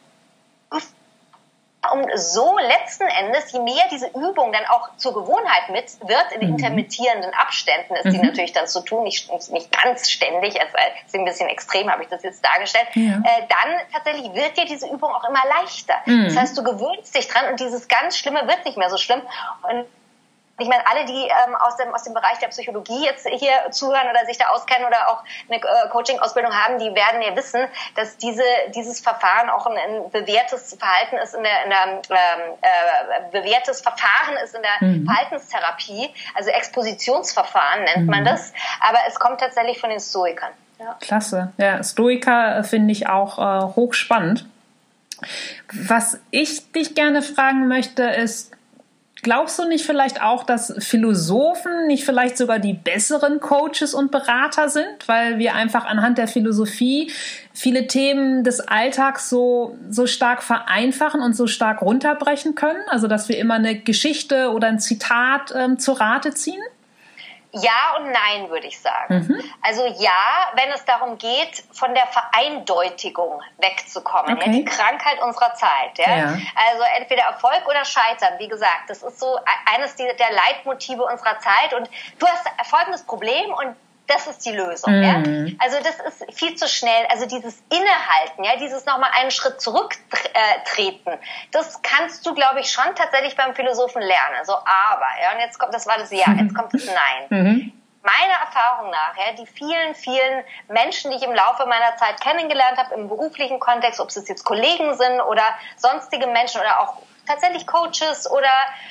um so letzten Endes, je mehr diese Übung dann auch zur Gewohnheit wird, in intermittierenden Abständen ist die natürlich dann zu tun, nicht ganz ständig, also ist ein bisschen extrem, habe ich das jetzt dargestellt, dann tatsächlich wird dir diese Übung auch immer leichter. Das heißt, du gewöhnst dich dran und dieses ganz Schlimme wird nicht mehr so schlimm. Und ich meine, alle, die aus dem Bereich der Psychologie jetzt hier zuhören oder sich da auskennen oder auch eine Coaching-Ausbildung haben, die werden ja wissen, dass dieses Verfahren auch ein bewährtes Verhalten ist bewährtes Verfahren ist in der Verhaltenstherapie, also Expositionsverfahren nennt man das, aber es kommt tatsächlich von den Stoikern. Ja. Klasse. Ja, Stoiker finde ich auch hochspannend. Was ich dich gerne fragen möchte, ist, glaubst du nicht vielleicht auch, dass Philosophen nicht vielleicht sogar die besseren Coaches und Berater sind, weil wir einfach anhand der Philosophie viele Themen des Alltags so stark vereinfachen und so stark runterbrechen können? Also, dass wir immer eine Geschichte oder ein Zitat zu Rate ziehen? Ja und nein, würde ich sagen. Also ja, wenn es darum geht, von der Vereindeutigung wegzukommen. Okay. Ja, die Krankheit unserer Zeit. Ja? Also entweder Erfolg oder Scheitern. Wie gesagt, das ist so eines der Leitmotive unserer Zeit. Und du hast folgendes Problem und das ist die Lösung. Ja? Also das ist viel zu schnell. Also dieses Innehalten, ja, dieses nochmal einen Schritt zurücktreten, das kannst du, glaube ich, schon tatsächlich beim Philosophen lernen. So, aber, ja, und jetzt kommt, das war das Ja, jetzt kommt das Nein. Meiner Erfahrung nach, ja, die vielen, vielen Menschen, die ich im Laufe meiner Zeit kennengelernt habe, im beruflichen Kontext, ob es jetzt Kollegen sind oder sonstige Menschen oder auch tatsächlich Coaches oder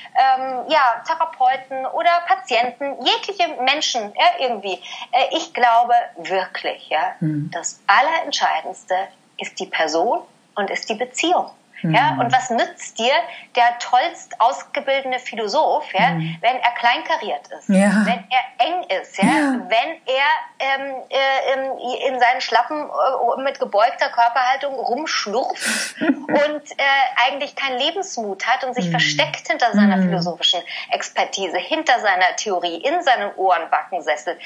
Therapeuten oder Patienten, jegliche Menschen, ja, irgendwie. Ich glaube wirklich, ja, das Allerentscheidendste ist die Person und ist die Beziehung. Ja, und was nützt dir der tollst ausgebildete Philosoph, ja, wenn er kleinkariert ist, wenn er eng ist, ja, wenn er in seinen Schlappen mit gebeugter Körperhaltung rumschlurft und eigentlich keinen Lebensmut hat und sich versteckt hinter seiner philosophischen Expertise, hinter seiner Theorie, in seinem Ohrenbackensessel.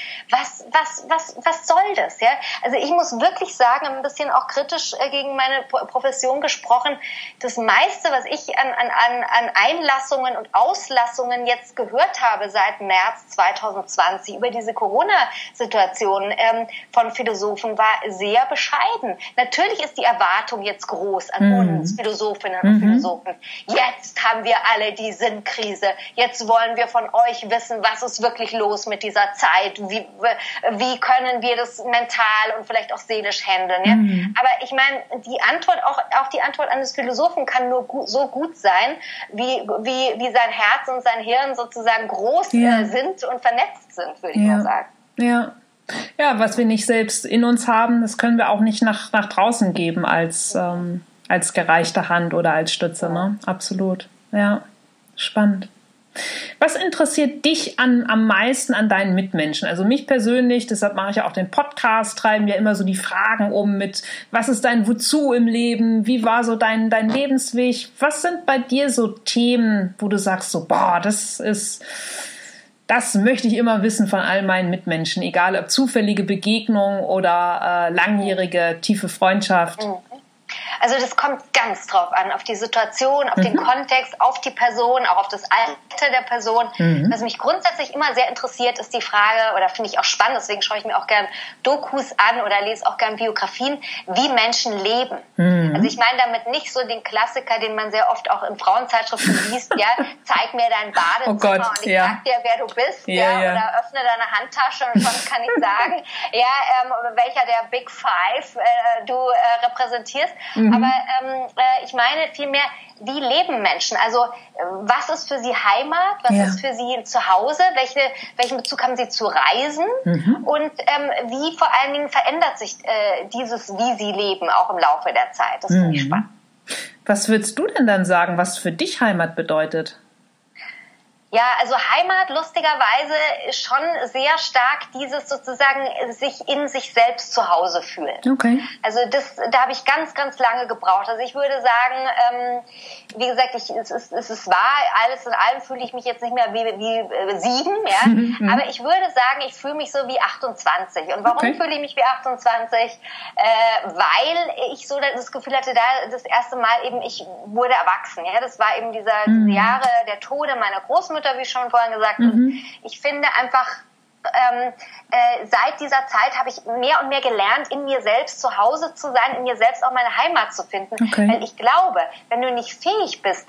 Was soll das? Ja? Also ich muss wirklich sagen, ein bisschen auch kritisch gegen meine Profession gesprochen, das meiste, was ich an Einlassungen und Auslassungen jetzt gehört habe seit März 2020 über diese Corona-Situation von Philosophen, war sehr bescheiden. Natürlich ist die Erwartung jetzt groß an uns Philosophinnen und Philosophen. Jetzt haben wir alle die Sinnkrise. Jetzt wollen wir von euch wissen, was ist wirklich los mit dieser Zeit? Wie können wir das mental und vielleicht auch seelisch handeln? Ja? Aber ich meine, die Antwort, auch die Antwort eines Philosophen kann nur so gut sein, wie sein Herz und sein Hirn sozusagen groß sind und vernetzt sind, würde ich mal sagen. Ja, was wir nicht selbst in uns haben, das können wir auch nicht nach draußen geben als gereichte Hand oder als Stütze. Ne? Absolut. Ja, spannend. Was interessiert dich am meisten an deinen Mitmenschen? Also mich persönlich, deshalb mache ich ja auch den Podcast, treiben ja immer so die Fragen mit, was ist dein Wozu im Leben? Wie war so dein Lebensweg? Was sind bei dir so Themen, wo du sagst so, das möchte ich immer wissen von all meinen Mitmenschen, egal ob zufällige Begegnung oder langjährige, tiefe Freundschaft. Also das kommt ganz drauf an, auf die Situation, auf den Kontext, auf die Person, auch auf das Alter der Person. Was mich grundsätzlich immer sehr interessiert, ist die Frage, oder finde ich auch spannend, deswegen schaue ich mir auch gern Dokus an oder lese auch gern Biografien, wie Menschen leben. Also ich meine damit nicht so den Klassiker, den man sehr oft auch in Frauenzeitschriften liest, ja, zeig mir dein Badezimmer und ich sag dir, wer du bist, oder öffne deine Handtasche und schon kann ich sagen, welcher der Big Five du repräsentierst. Aber ich meine vielmehr, wie leben Menschen? Also was ist für sie Heimat? Was ist für sie Zuhause? Welchen Bezug haben sie zu Reisen? Und wie vor allen Dingen verändert sich dieses, wie sie leben, auch im Laufe der Zeit? Das finde ich spannend. Was würdest du denn dann sagen, was für dich Heimat bedeutet? Ja, also Heimat lustigerweise ist schon sehr stark dieses sozusagen sich in sich selbst zu Hause fühlen. Okay. Also da habe ich ganz, ganz lange gebraucht. Also ich würde sagen, wie gesagt, es ist wahr, alles in allem fühle ich mich jetzt nicht mehr wie 7, ja. Aber ich würde sagen, ich fühle mich so wie 28. Und warum fühle ich mich wie 28? Weil ich so das Gefühl hatte, da das erste Mal eben, ich wurde erwachsen. Ja, das war eben diese Jahre der Tode meiner Großmutter, wie schon vorhin gesagt. Und ich finde einfach, seit dieser Zeit habe ich mehr und mehr gelernt, in mir selbst zu Hause zu sein, in mir selbst auch meine Heimat zu finden. Weil ich glaube, wenn du nicht fähig bist,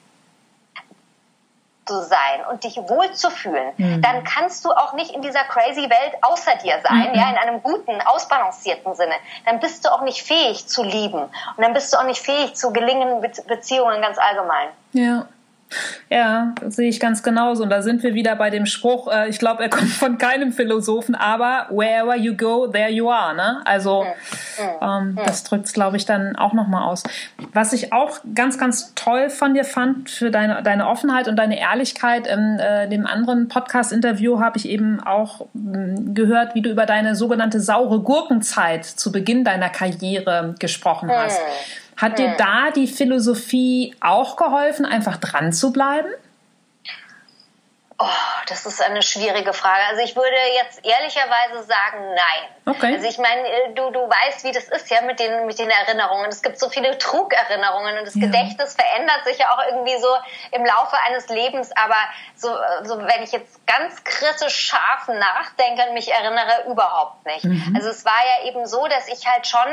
zu sein und dich wohlzufühlen, dann kannst du auch nicht in dieser crazy Welt außer dir sein, in einem guten, ausbalancierten Sinne. Dann bist du auch nicht fähig zu lieben und dann bist du auch nicht fähig zu gelingenden Beziehungen ganz allgemein. Ja, das sehe ich ganz genauso. Und da sind wir wieder bei dem Spruch, ich glaube, er kommt von keinem Philosophen, aber wherever you go, there you are. Ne? Also das drückt es, glaube ich, dann auch nochmal aus. Was ich auch ganz, ganz toll von dir fand, für deine Offenheit und deine Ehrlichkeit, in dem anderen Podcast-Interview habe ich eben auch gehört, wie du über deine sogenannte saure Gurkenzeit zu Beginn deiner Karriere gesprochen hast. Hat dir da die Philosophie auch geholfen, einfach dran zu bleiben? Oh, das ist eine schwierige Frage. Also ich würde jetzt ehrlicherweise sagen, nein. Okay. Also ich meine, du weißt, wie das ist ja mit den Erinnerungen. Es gibt so viele Trugerinnerungen und das Gedächtnis verändert sich ja auch irgendwie so im Laufe eines Lebens. Aber so wenn ich jetzt ganz kritisch scharf nachdenke und mich erinnere, überhaupt nicht. Also es war ja eben so, dass ich halt schon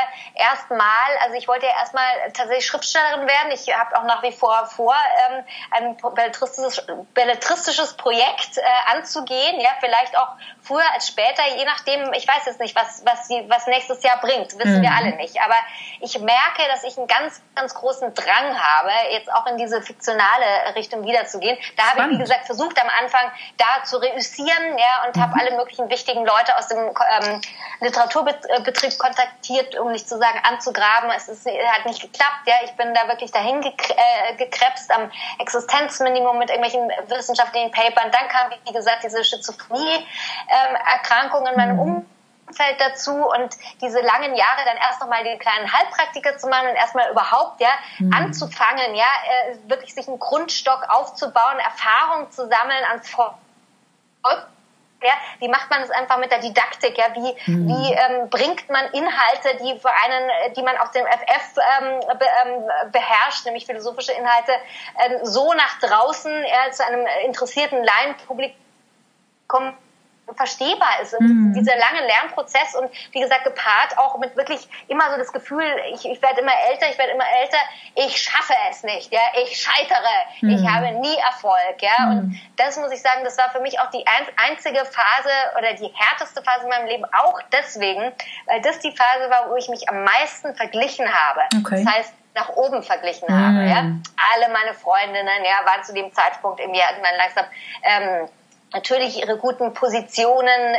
also ich wollte ja erstmal tatsächlich Schriftstellerin werden. Ich habe auch nach wie vor ein belletristisches Projekt anzugehen, ja, vielleicht auch früher als später, je nachdem, ich weiß jetzt nicht, was nächstes Jahr bringt, wissen wir alle nicht, aber ich merke, dass ich einen ganz, ganz großen Drang habe, jetzt auch in diese fiktionale Richtung wiederzugehen. Da habe ich, wie gesagt, versucht am Anfang da zu reüssieren, ja, und habe alle möglichen wichtigen Leute aus dem Literaturbetrieb kontaktiert, um nicht zu sagen anzugraben. Hat nicht geklappt, ja, ich bin da wirklich dahin gekrebst am Existenzminimum mit irgendwelchen wissenschaftlichen Papern. Dann kam, wie gesagt, diese Schizophrenie-Erkrankung in meinem Umfeld dazu und diese langen Jahre dann erst nochmal die kleinen Heilpraktiker zu machen und erstmal überhaupt anzufangen, wirklich sich einen Grundstock aufzubauen, Erfahrung zu sammeln ans Volk. Ja, wie macht man das einfach mit der Didaktik? Ja, wie bringt man Inhalte, die man aus dem FF beherrscht, nämlich philosophische Inhalte, so nach draußen zu einem interessierten Laienpublikum verstehbar ist. Dieser lange Lernprozess und wie gesagt gepaart auch mit wirklich immer so das Gefühl, ich werde immer älter, ich schaffe es nicht, ja, ich scheitere, ich habe nie Erfolg, ja, und das muss ich sagen, das war für mich auch die einzige Phase oder die härteste Phase in meinem Leben, auch deswegen, weil das die Phase war, wo ich mich am meisten verglichen habe. Okay. Das heißt, nach oben verglichen habe, ja. Alle meine Freundinnen, ja, waren zu dem Zeitpunkt irgendwie, hatten man langsam, natürlich ihre guten Positionen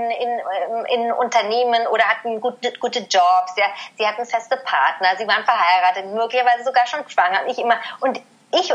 in Unternehmen oder hatten gute Jobs, ja. Sie hatten feste Partner, sie waren verheiratet, möglicherweise sogar schon schwanger. Und ich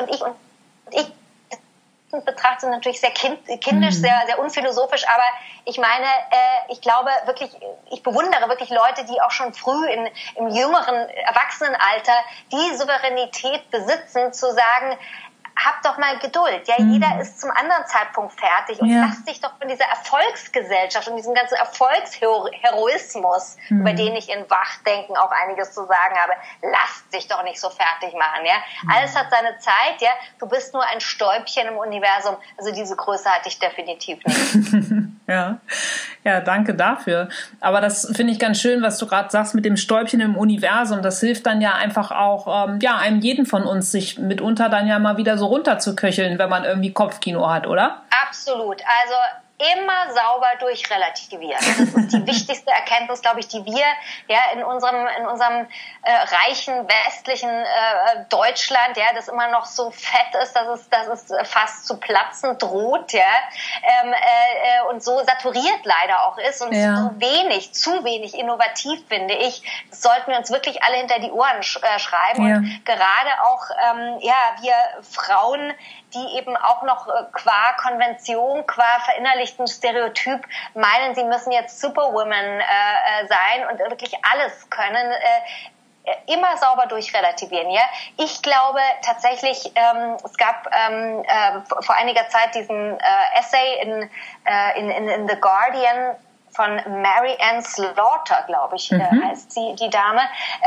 betrachtet natürlich sehr kindisch, sehr, sehr unphilosophisch, aber ich meine, ich glaube wirklich, ich bewundere wirklich Leute, die auch schon früh im jüngeren Erwachsenenalter die Souveränität besitzen, zu sagen, hab doch mal Geduld. Ja, jeder ist zum anderen Zeitpunkt fertig und lass dich doch von dieser Erfolgsgesellschaft und diesem ganzen Erfolgsheroismus, über den ich in Wachdenken auch einiges zu sagen habe, lass dich doch nicht so fertig machen. Ja, alles hat seine Zeit. Ja, du bist nur ein Stäubchen im Universum. Also diese Größe hatte ich definitiv nicht. Ja, danke dafür. Aber das finde ich ganz schön, was du gerade sagst mit dem Stäubchen im Universum. Das hilft dann ja einfach auch, einem jeden von uns, sich mitunter dann ja mal wieder so runterzuköcheln, wenn man irgendwie Kopfkino hat, oder? Absolut. Also immer sauber durchrelativieren. Das ist die wichtigste Erkenntnis, glaube ich, die wir in unserem reichen westlichen Deutschland, das immer noch so fett ist, dass es fast zu platzen droht, und so saturiert leider auch ist und zu wenig innovativ, finde ich. Das sollten wir uns wirklich alle hinter die Ohren schreiben und gerade auch wir Frauen, die eben auch noch qua Konvention, qua verinnerlichten Stereotyp meinen, sie müssen jetzt Superwoman sein und wirklich alles können, immer sauber durchrelativieren. Ja? Ich glaube tatsächlich, es gab vor einiger Zeit diesen Essay in The Guardian von Mary Ann Slaughter, glaube ich, heißt sie, die Dame,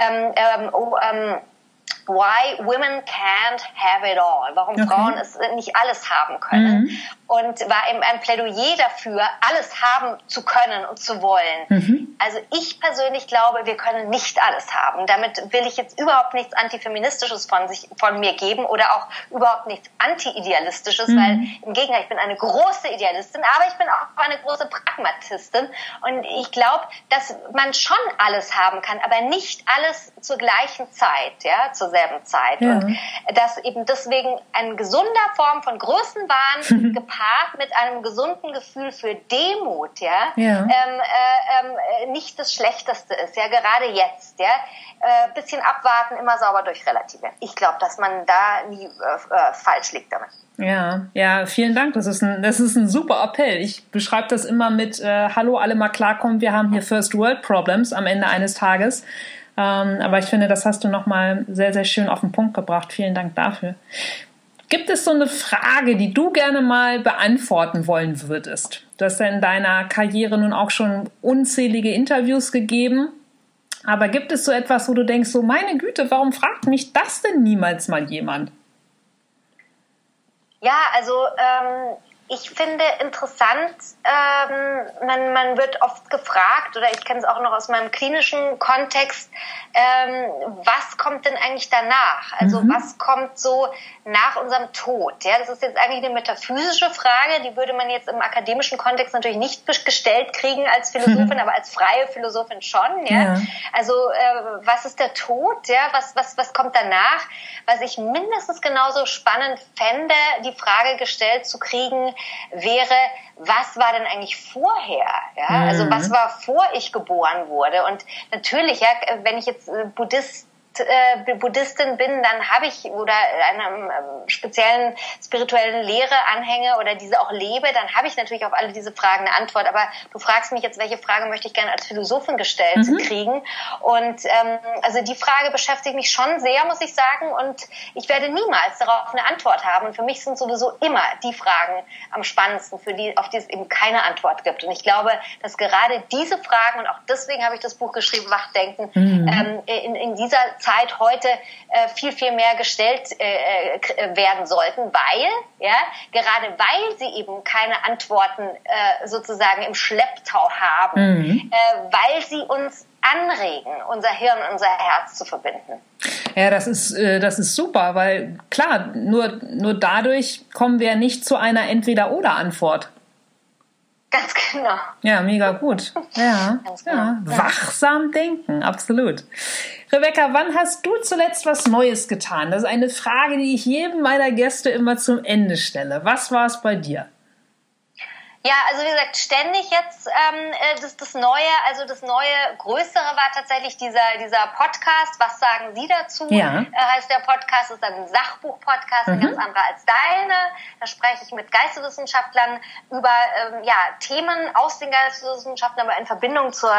Why Women Can't Have It All. Warum Frauen es nicht alles haben können. Und war eben ein Plädoyer dafür, alles haben zu können und zu wollen. Also ich persönlich glaube, wir können nicht alles haben. Damit will ich jetzt überhaupt nichts Antifeministisches von mir geben oder auch überhaupt nichts Anti-Idealistisches, weil im Gegenteil, ich bin eine große Idealistin, aber ich bin auch eine große Pragmatistin. Und ich glaube, dass man schon alles haben kann, aber nicht alles zur gleichen Zeit, zur selben Zeit. Und dass eben deswegen eine gesunde Form von Größenwahn gepaart mit einem gesunden Gefühl für Demut, nicht das Schlechteste ist, gerade jetzt, bisschen abwarten, immer sauber durchrelativieren. Ich glaube, dass man da nie falsch liegt damit. Ja, vielen Dank. Das ist ein super Appell. Ich beschreibe das immer mit Hallo, alle mal klarkommen, wir haben hier First World Problems am Ende eines Tages. Aber ich finde, das hast du nochmal sehr, sehr schön auf den Punkt gebracht. Vielen Dank dafür. Gibt es so eine Frage, die du gerne mal beantworten wollen würdest? Du hast ja in deiner Karriere nun auch schon unzählige Interviews gegeben. Aber gibt es so etwas, wo du denkst, so meine Güte, warum fragt mich das denn niemals mal jemand? Ja, also ich finde interessant, man wird oft gefragt, oder ich kenne es auch noch aus meinem klinischen Kontext, was kommt denn eigentlich danach? Also was kommt so nach unserem Tod? Ja, das ist jetzt eigentlich eine metaphysische Frage, die würde man jetzt im akademischen Kontext natürlich nicht gestellt kriegen als Philosophin, aber als freie Philosophin schon. Ja? Also was ist der Tod? Ja? Was kommt danach? Was ich mindestens genauso spannend fände, die Frage gestellt zu kriegen, wäre, was war denn eigentlich vorher? Ja? Also was war, vor ich geboren wurde? Und natürlich, ja, wenn ich jetzt Buddhistin bin, dann habe ich oder einer speziellen spirituellen Lehre anhänge oder diese auch lebe, dann habe ich natürlich auf alle diese Fragen eine Antwort. Aber du fragst mich jetzt, welche Frage möchte ich gerne als Philosophin gestellt kriegen? Und also die Frage beschäftigt mich schon sehr, muss ich sagen. Und ich werde niemals darauf eine Antwort haben. Und für mich sind sowieso immer die Fragen am spannendsten, auf die es eben keine Antwort gibt. Und ich glaube, dass gerade diese Fragen, und auch deswegen habe ich das Buch geschrieben, Wachdenken, in dieser Zeit heute viel, viel mehr gestellt werden sollten, gerade weil sie eben keine Antworten sozusagen im Schlepptau haben, weil sie uns anregen, unser Hirn und unser Herz zu verbinden. Ja, das ist super, weil klar, nur dadurch kommen wir nicht zu einer Entweder-oder-Antwort. Ganz genau. Ja, mega gut. Ja, ganz genau. Ja. Wachsam denken, absolut. Rebecca, wann hast du zuletzt was Neues getan? Das ist eine Frage, die ich jedem meiner Gäste immer zum Ende stelle. Was war es bei dir? Ja, also wie gesagt, ständig jetzt das neue Größere war tatsächlich dieser Podcast. Was sagen Sie dazu? Ja. Heißt der Podcast, ist ein Sachbuch-Podcast, ein ganz anderer als deine. Da spreche ich mit Geisteswissenschaftlern über Themen aus den Geisteswissenschaften, aber in Verbindung zur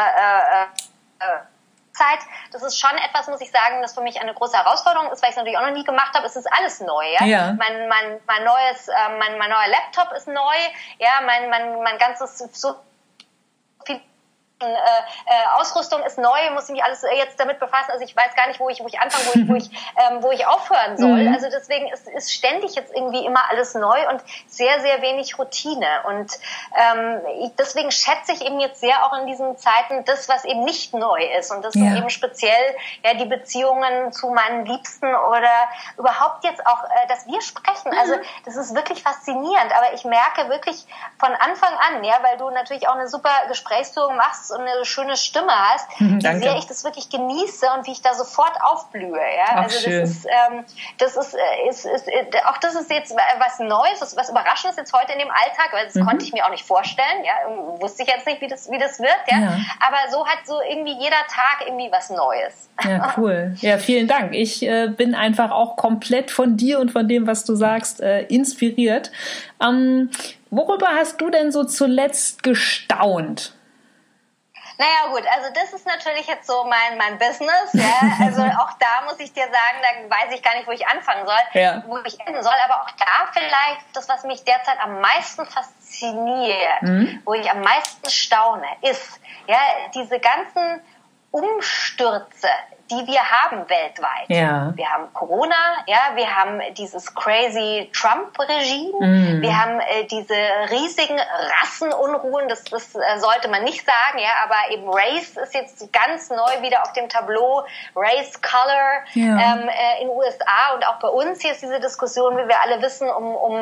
Zeit. Das ist schon etwas, muss ich sagen, das für mich eine große Herausforderung ist, weil ich es natürlich auch noch nie gemacht habe. Es ist alles neu. Ja? Mein neuer Laptop ist neu. Ja, mein ganzes so viel Ausrüstung ist neu, muss ich mich alles jetzt damit befassen. Also ich weiß gar nicht, wo ich anfange, wo ich aufhören soll. Also deswegen ist ständig jetzt irgendwie immer alles neu und sehr, sehr wenig Routine. Und deswegen schätze ich eben jetzt sehr auch in diesen Zeiten das, was eben nicht neu ist. Und das sind eben speziell die Beziehungen zu meinen Liebsten oder überhaupt jetzt auch, dass wir sprechen. Also das ist wirklich faszinierend. Aber ich merke wirklich von Anfang an, weil du natürlich auch eine super Gesprächsführung machst und eine schöne Stimme hast, wie sehr ich das wirklich genieße und wie ich da sofort aufblühe. Ja? Ach, also schön. Das ist jetzt was Neues, was Überraschendes jetzt heute in dem Alltag, weil das konnte ich mir auch nicht vorstellen. Ja? Wusste ich jetzt nicht, wie das wird. Ja? Aber so hat so irgendwie jeder Tag irgendwie was Neues. Ja, cool. Ja, vielen Dank. Ich bin einfach auch komplett von dir und von dem, was du sagst, inspiriert. Worüber hast du denn so zuletzt gestaunt? Naja gut, also das ist natürlich jetzt so mein Business, ja, also auch da muss ich dir sagen, da weiß ich gar nicht, wo ich anfangen soll, wo ich enden soll, aber auch da vielleicht das, was mich derzeit am meisten fasziniert, wo ich am meisten staune, ist, diese ganzen Umstürze, die wir haben weltweit. Ja. Wir haben Corona, wir haben dieses crazy Trump-Regime, wir haben diese riesigen Rassenunruhen, das sollte man nicht sagen, aber eben Race ist jetzt ganz neu wieder auf dem Tableau, Race, Color, in den USA und auch bei uns hier ist diese Diskussion, wie wir alle wissen, um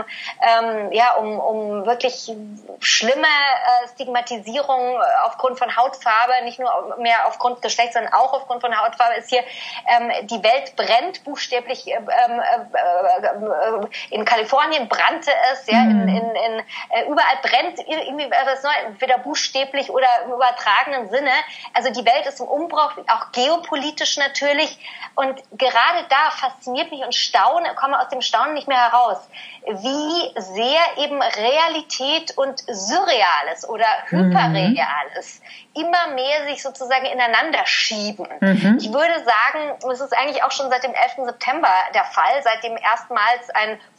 wirklich schlimme Stigmatisierung aufgrund von Hautfarbe, nicht nur mehr aufgrund Geschlechts, sondern auch aufgrund von Hautfarbe ist hier, die Welt brennt buchstäblich, in Kalifornien brannte es, überall brennt irgendwie was Neues, entweder buchstäblich oder im übertragenen Sinne. Also die Welt ist im Umbruch, auch geopolitisch natürlich. Und gerade da fasziniert mich und komme aus dem Staunen nicht mehr heraus, wie sehr eben Realität und Surreales oder Hyperreales immer mehr sich sozusagen ineinander schieben. Ich würde würde sagen, es ist eigentlich auch schon seit dem 11. September der Fall, seitdem erstmals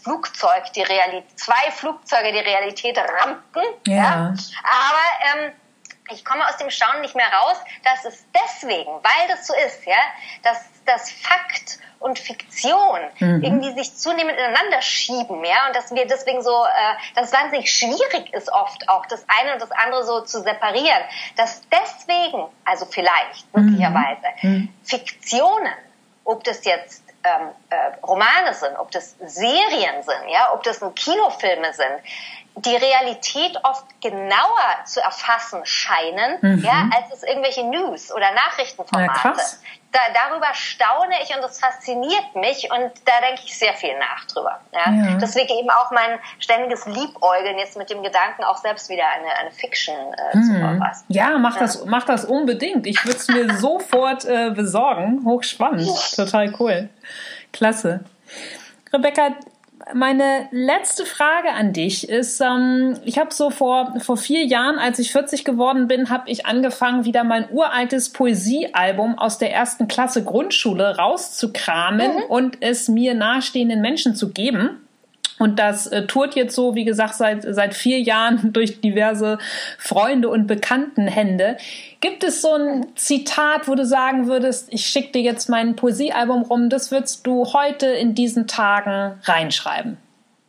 zwei Flugzeuge die Realität rammten. Ja. Aber ich komme aus dem Staunen nicht mehr raus, dass es deswegen, weil das so ist, ja, dass das Fakt und Fiktion irgendwie sich zunehmend ineinander schieben, ja, und dass wir deswegen so, dass es wahnsinnig schwierig ist oft auch, das eine und das andere so zu separieren, dass deswegen, also vielleicht, möglicherweise, Fiktionen, ob das jetzt Romane sind, ob das Serien sind, ja, ob das Kinofilme sind, die Realität oft genauer zu erfassen scheinen, ja, als es irgendwelche News- oder Nachrichtenformate. Darüber staune ich und das fasziniert mich und da denke ich sehr viel nach drüber. Ja. Deswegen eben auch mein ständiges Liebäugeln jetzt mit dem Gedanken, auch selbst wieder eine Fiction zu verfassen. Ja, mach das unbedingt. Ich würde es mir sofort besorgen. Hochspannend. Total cool. Klasse. Rebecca, meine letzte Frage an dich ist, ich habe so vor 4 Jahren, als ich 40 geworden bin, habe ich angefangen, wieder mein uraltes Poesiealbum aus der 1. Klasse Grundschule rauszukramen und es mir nahestehenden Menschen zu geben. Und das tourt jetzt so, wie gesagt, seit 4 Jahren durch diverse Freunde und Bekanntenhände. Gibt es so ein Zitat, wo du sagen würdest, ich schicke dir jetzt mein Poesiealbum rum, das würdest du heute in diesen Tagen reinschreiben?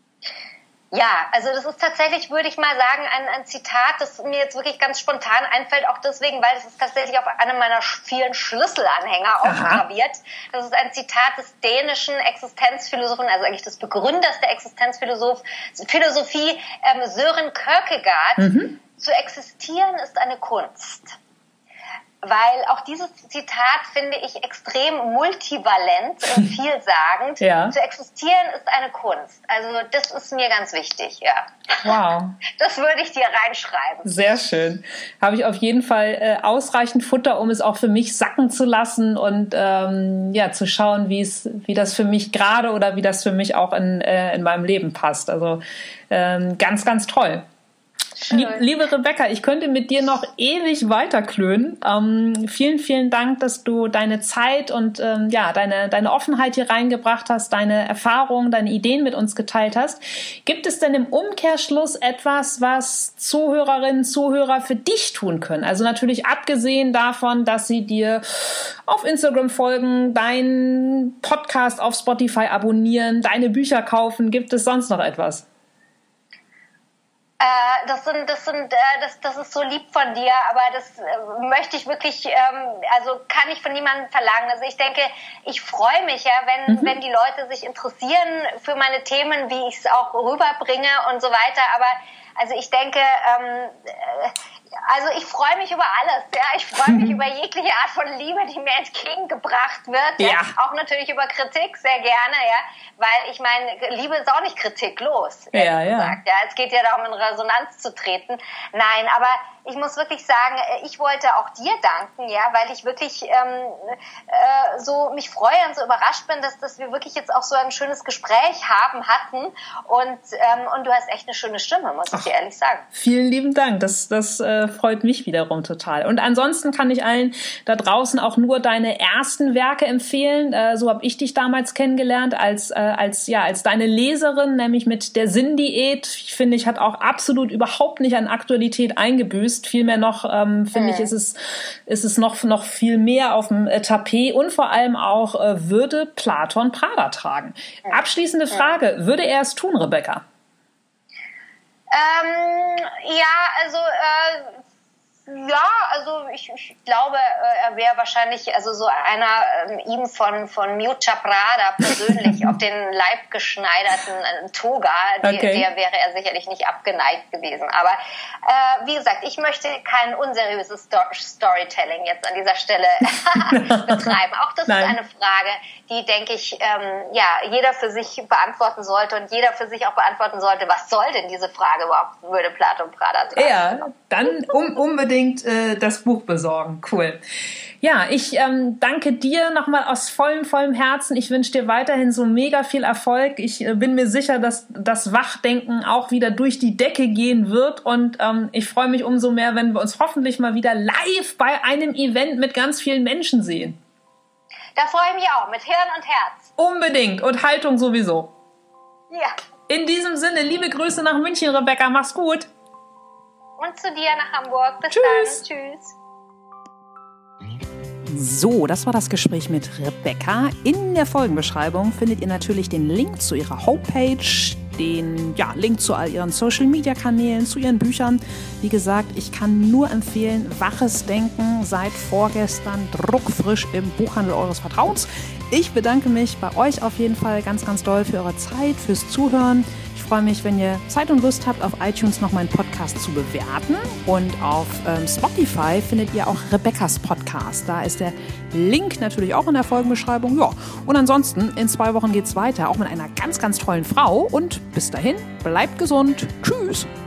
Ja, also das ist tatsächlich, würde ich mal sagen, ein Zitat, das mir jetzt wirklich ganz spontan einfällt, auch deswegen, weil es ist tatsächlich auf einem meiner vielen Schlüsselanhänger aufgraviert. Das ist ein Zitat des dänischen Existenzphilosophen, also eigentlich des Begründers der Existenzphilosophie, Søren Kierkegaard. Zu existieren ist eine Kunst. Weil auch dieses Zitat finde ich extrem multivalent und vielsagend. Ja. Zu existieren ist eine Kunst. Also das ist mir ganz wichtig, ja. Wow. Das würde ich dir reinschreiben. Sehr schön. Habe ich auf jeden Fall ausreichend Futter, um es auch für mich sacken zu lassen und zu schauen, wie das für mich gerade oder wie das für mich auch in meinem Leben passt. Also ganz, ganz toll. Liebe Rebecca, ich könnte mit dir noch ewig weiterklönen. Vielen, vielen Dank, dass du deine Zeit und deine Offenheit hier reingebracht hast, deine Erfahrungen, deine Ideen mit uns geteilt hast. Gibt es denn im Umkehrschluss etwas, was Zuhörerinnen, Zuhörer für dich tun können? Also natürlich abgesehen davon, dass sie dir auf Instagram folgen, deinen Podcast auf Spotify abonnieren, deine Bücher kaufen. Gibt es sonst noch etwas? Das ist so lieb von dir, aber das möchte ich wirklich, also kann ich von niemandem verlangen. Also ich denke, ich freue mich ja, wenn die Leute sich interessieren für meine Themen, wie ich es auch rüberbringe und so weiter. Aber also ich denke, also ich freue mich über alles. Ja, ich freue mich über jegliche Art von Liebe, die mir entgegengebracht wird. Ja. Auch natürlich über Kritik sehr gerne, ja, weil ich meine, Liebe ist auch nicht kritiklos. Ja. Ja, es geht ja darum, in Resonanz zu treten. Nein, aber ich muss wirklich sagen, ich wollte auch dir danken, ja, weil ich wirklich so mich freue und so überrascht bin, dass wir wirklich jetzt auch so ein schönes Gespräch hatten und du hast echt eine schöne Stimme, muss ich dir ehrlich sagen. Vielen lieben Dank, das freut mich wiederum total. Und ansonsten kann ich allen da draußen auch nur deine ersten Werke empfehlen. So habe ich dich damals kennengelernt als deine Leserin, nämlich mit der Sinndiät. Ich finde, ich hat auch absolut überhaupt nicht an Aktualität eingebüßt. Vielmehr noch, finde ich, ist es noch viel mehr auf dem Tapet und vor allem auch würde Platon Prada tragen. Abschließende Frage, würde er es tun, Rebecca? Also ich glaube, er wäre wahrscheinlich also so einer ihm von Miuccia Prada persönlich auf den Leib geschneiderten Toga, der wäre er sicherlich nicht abgeneigt gewesen. Aber wie gesagt, ich möchte kein unseriöses Storytelling jetzt an dieser Stelle betreiben. Auch das ist eine Frage, die, denke ich, jeder für sich beantworten sollte und jeder für sich auch beantworten sollte, was soll denn diese Frage überhaupt, würde Platon Prada tragen? Ja, dann unbedingt das Buch besorgen. Cool. Ja, ich danke dir nochmal aus vollem Herzen. Ich wünsche dir weiterhin so mega viel Erfolg. Ich bin mir sicher, dass das Wachdenken auch wieder durch die Decke gehen wird und ich freue mich umso mehr, wenn wir uns hoffentlich mal wieder live bei einem Event mit ganz vielen Menschen sehen. Da freue ich mich auch, mit Hirn und Herz. Unbedingt und Haltung sowieso. Ja. In diesem Sinne, liebe Grüße nach München, Rebecca, mach's gut. Und zu dir nach Hamburg. Bis Tschüss. dann. Tschüss. So, das war das Gespräch mit Rebecca. In der Folgenbeschreibung findet ihr natürlich den Link zu ihrer Homepage, den Link zu all ihren Social-Media-Kanälen, zu ihren Büchern. Wie gesagt, ich kann nur empfehlen, Waches Denken seit vorgestern druckfrisch im Buchhandel eures Vertrauens. Ich bedanke mich bei euch auf jeden Fall ganz, ganz doll für eure Zeit, fürs Zuhören. Ich freue mich, wenn ihr Zeit und Lust habt, auf iTunes noch meinen Podcast zu bewerten. Und auf Spotify findet ihr auch Rebeccas Podcast. Da ist der Link natürlich auch in der Folgenbeschreibung. Ja, und ansonsten, in 2 Wochen geht's weiter, auch mit einer ganz, ganz tollen Frau. Und bis dahin, bleibt gesund. Tschüss.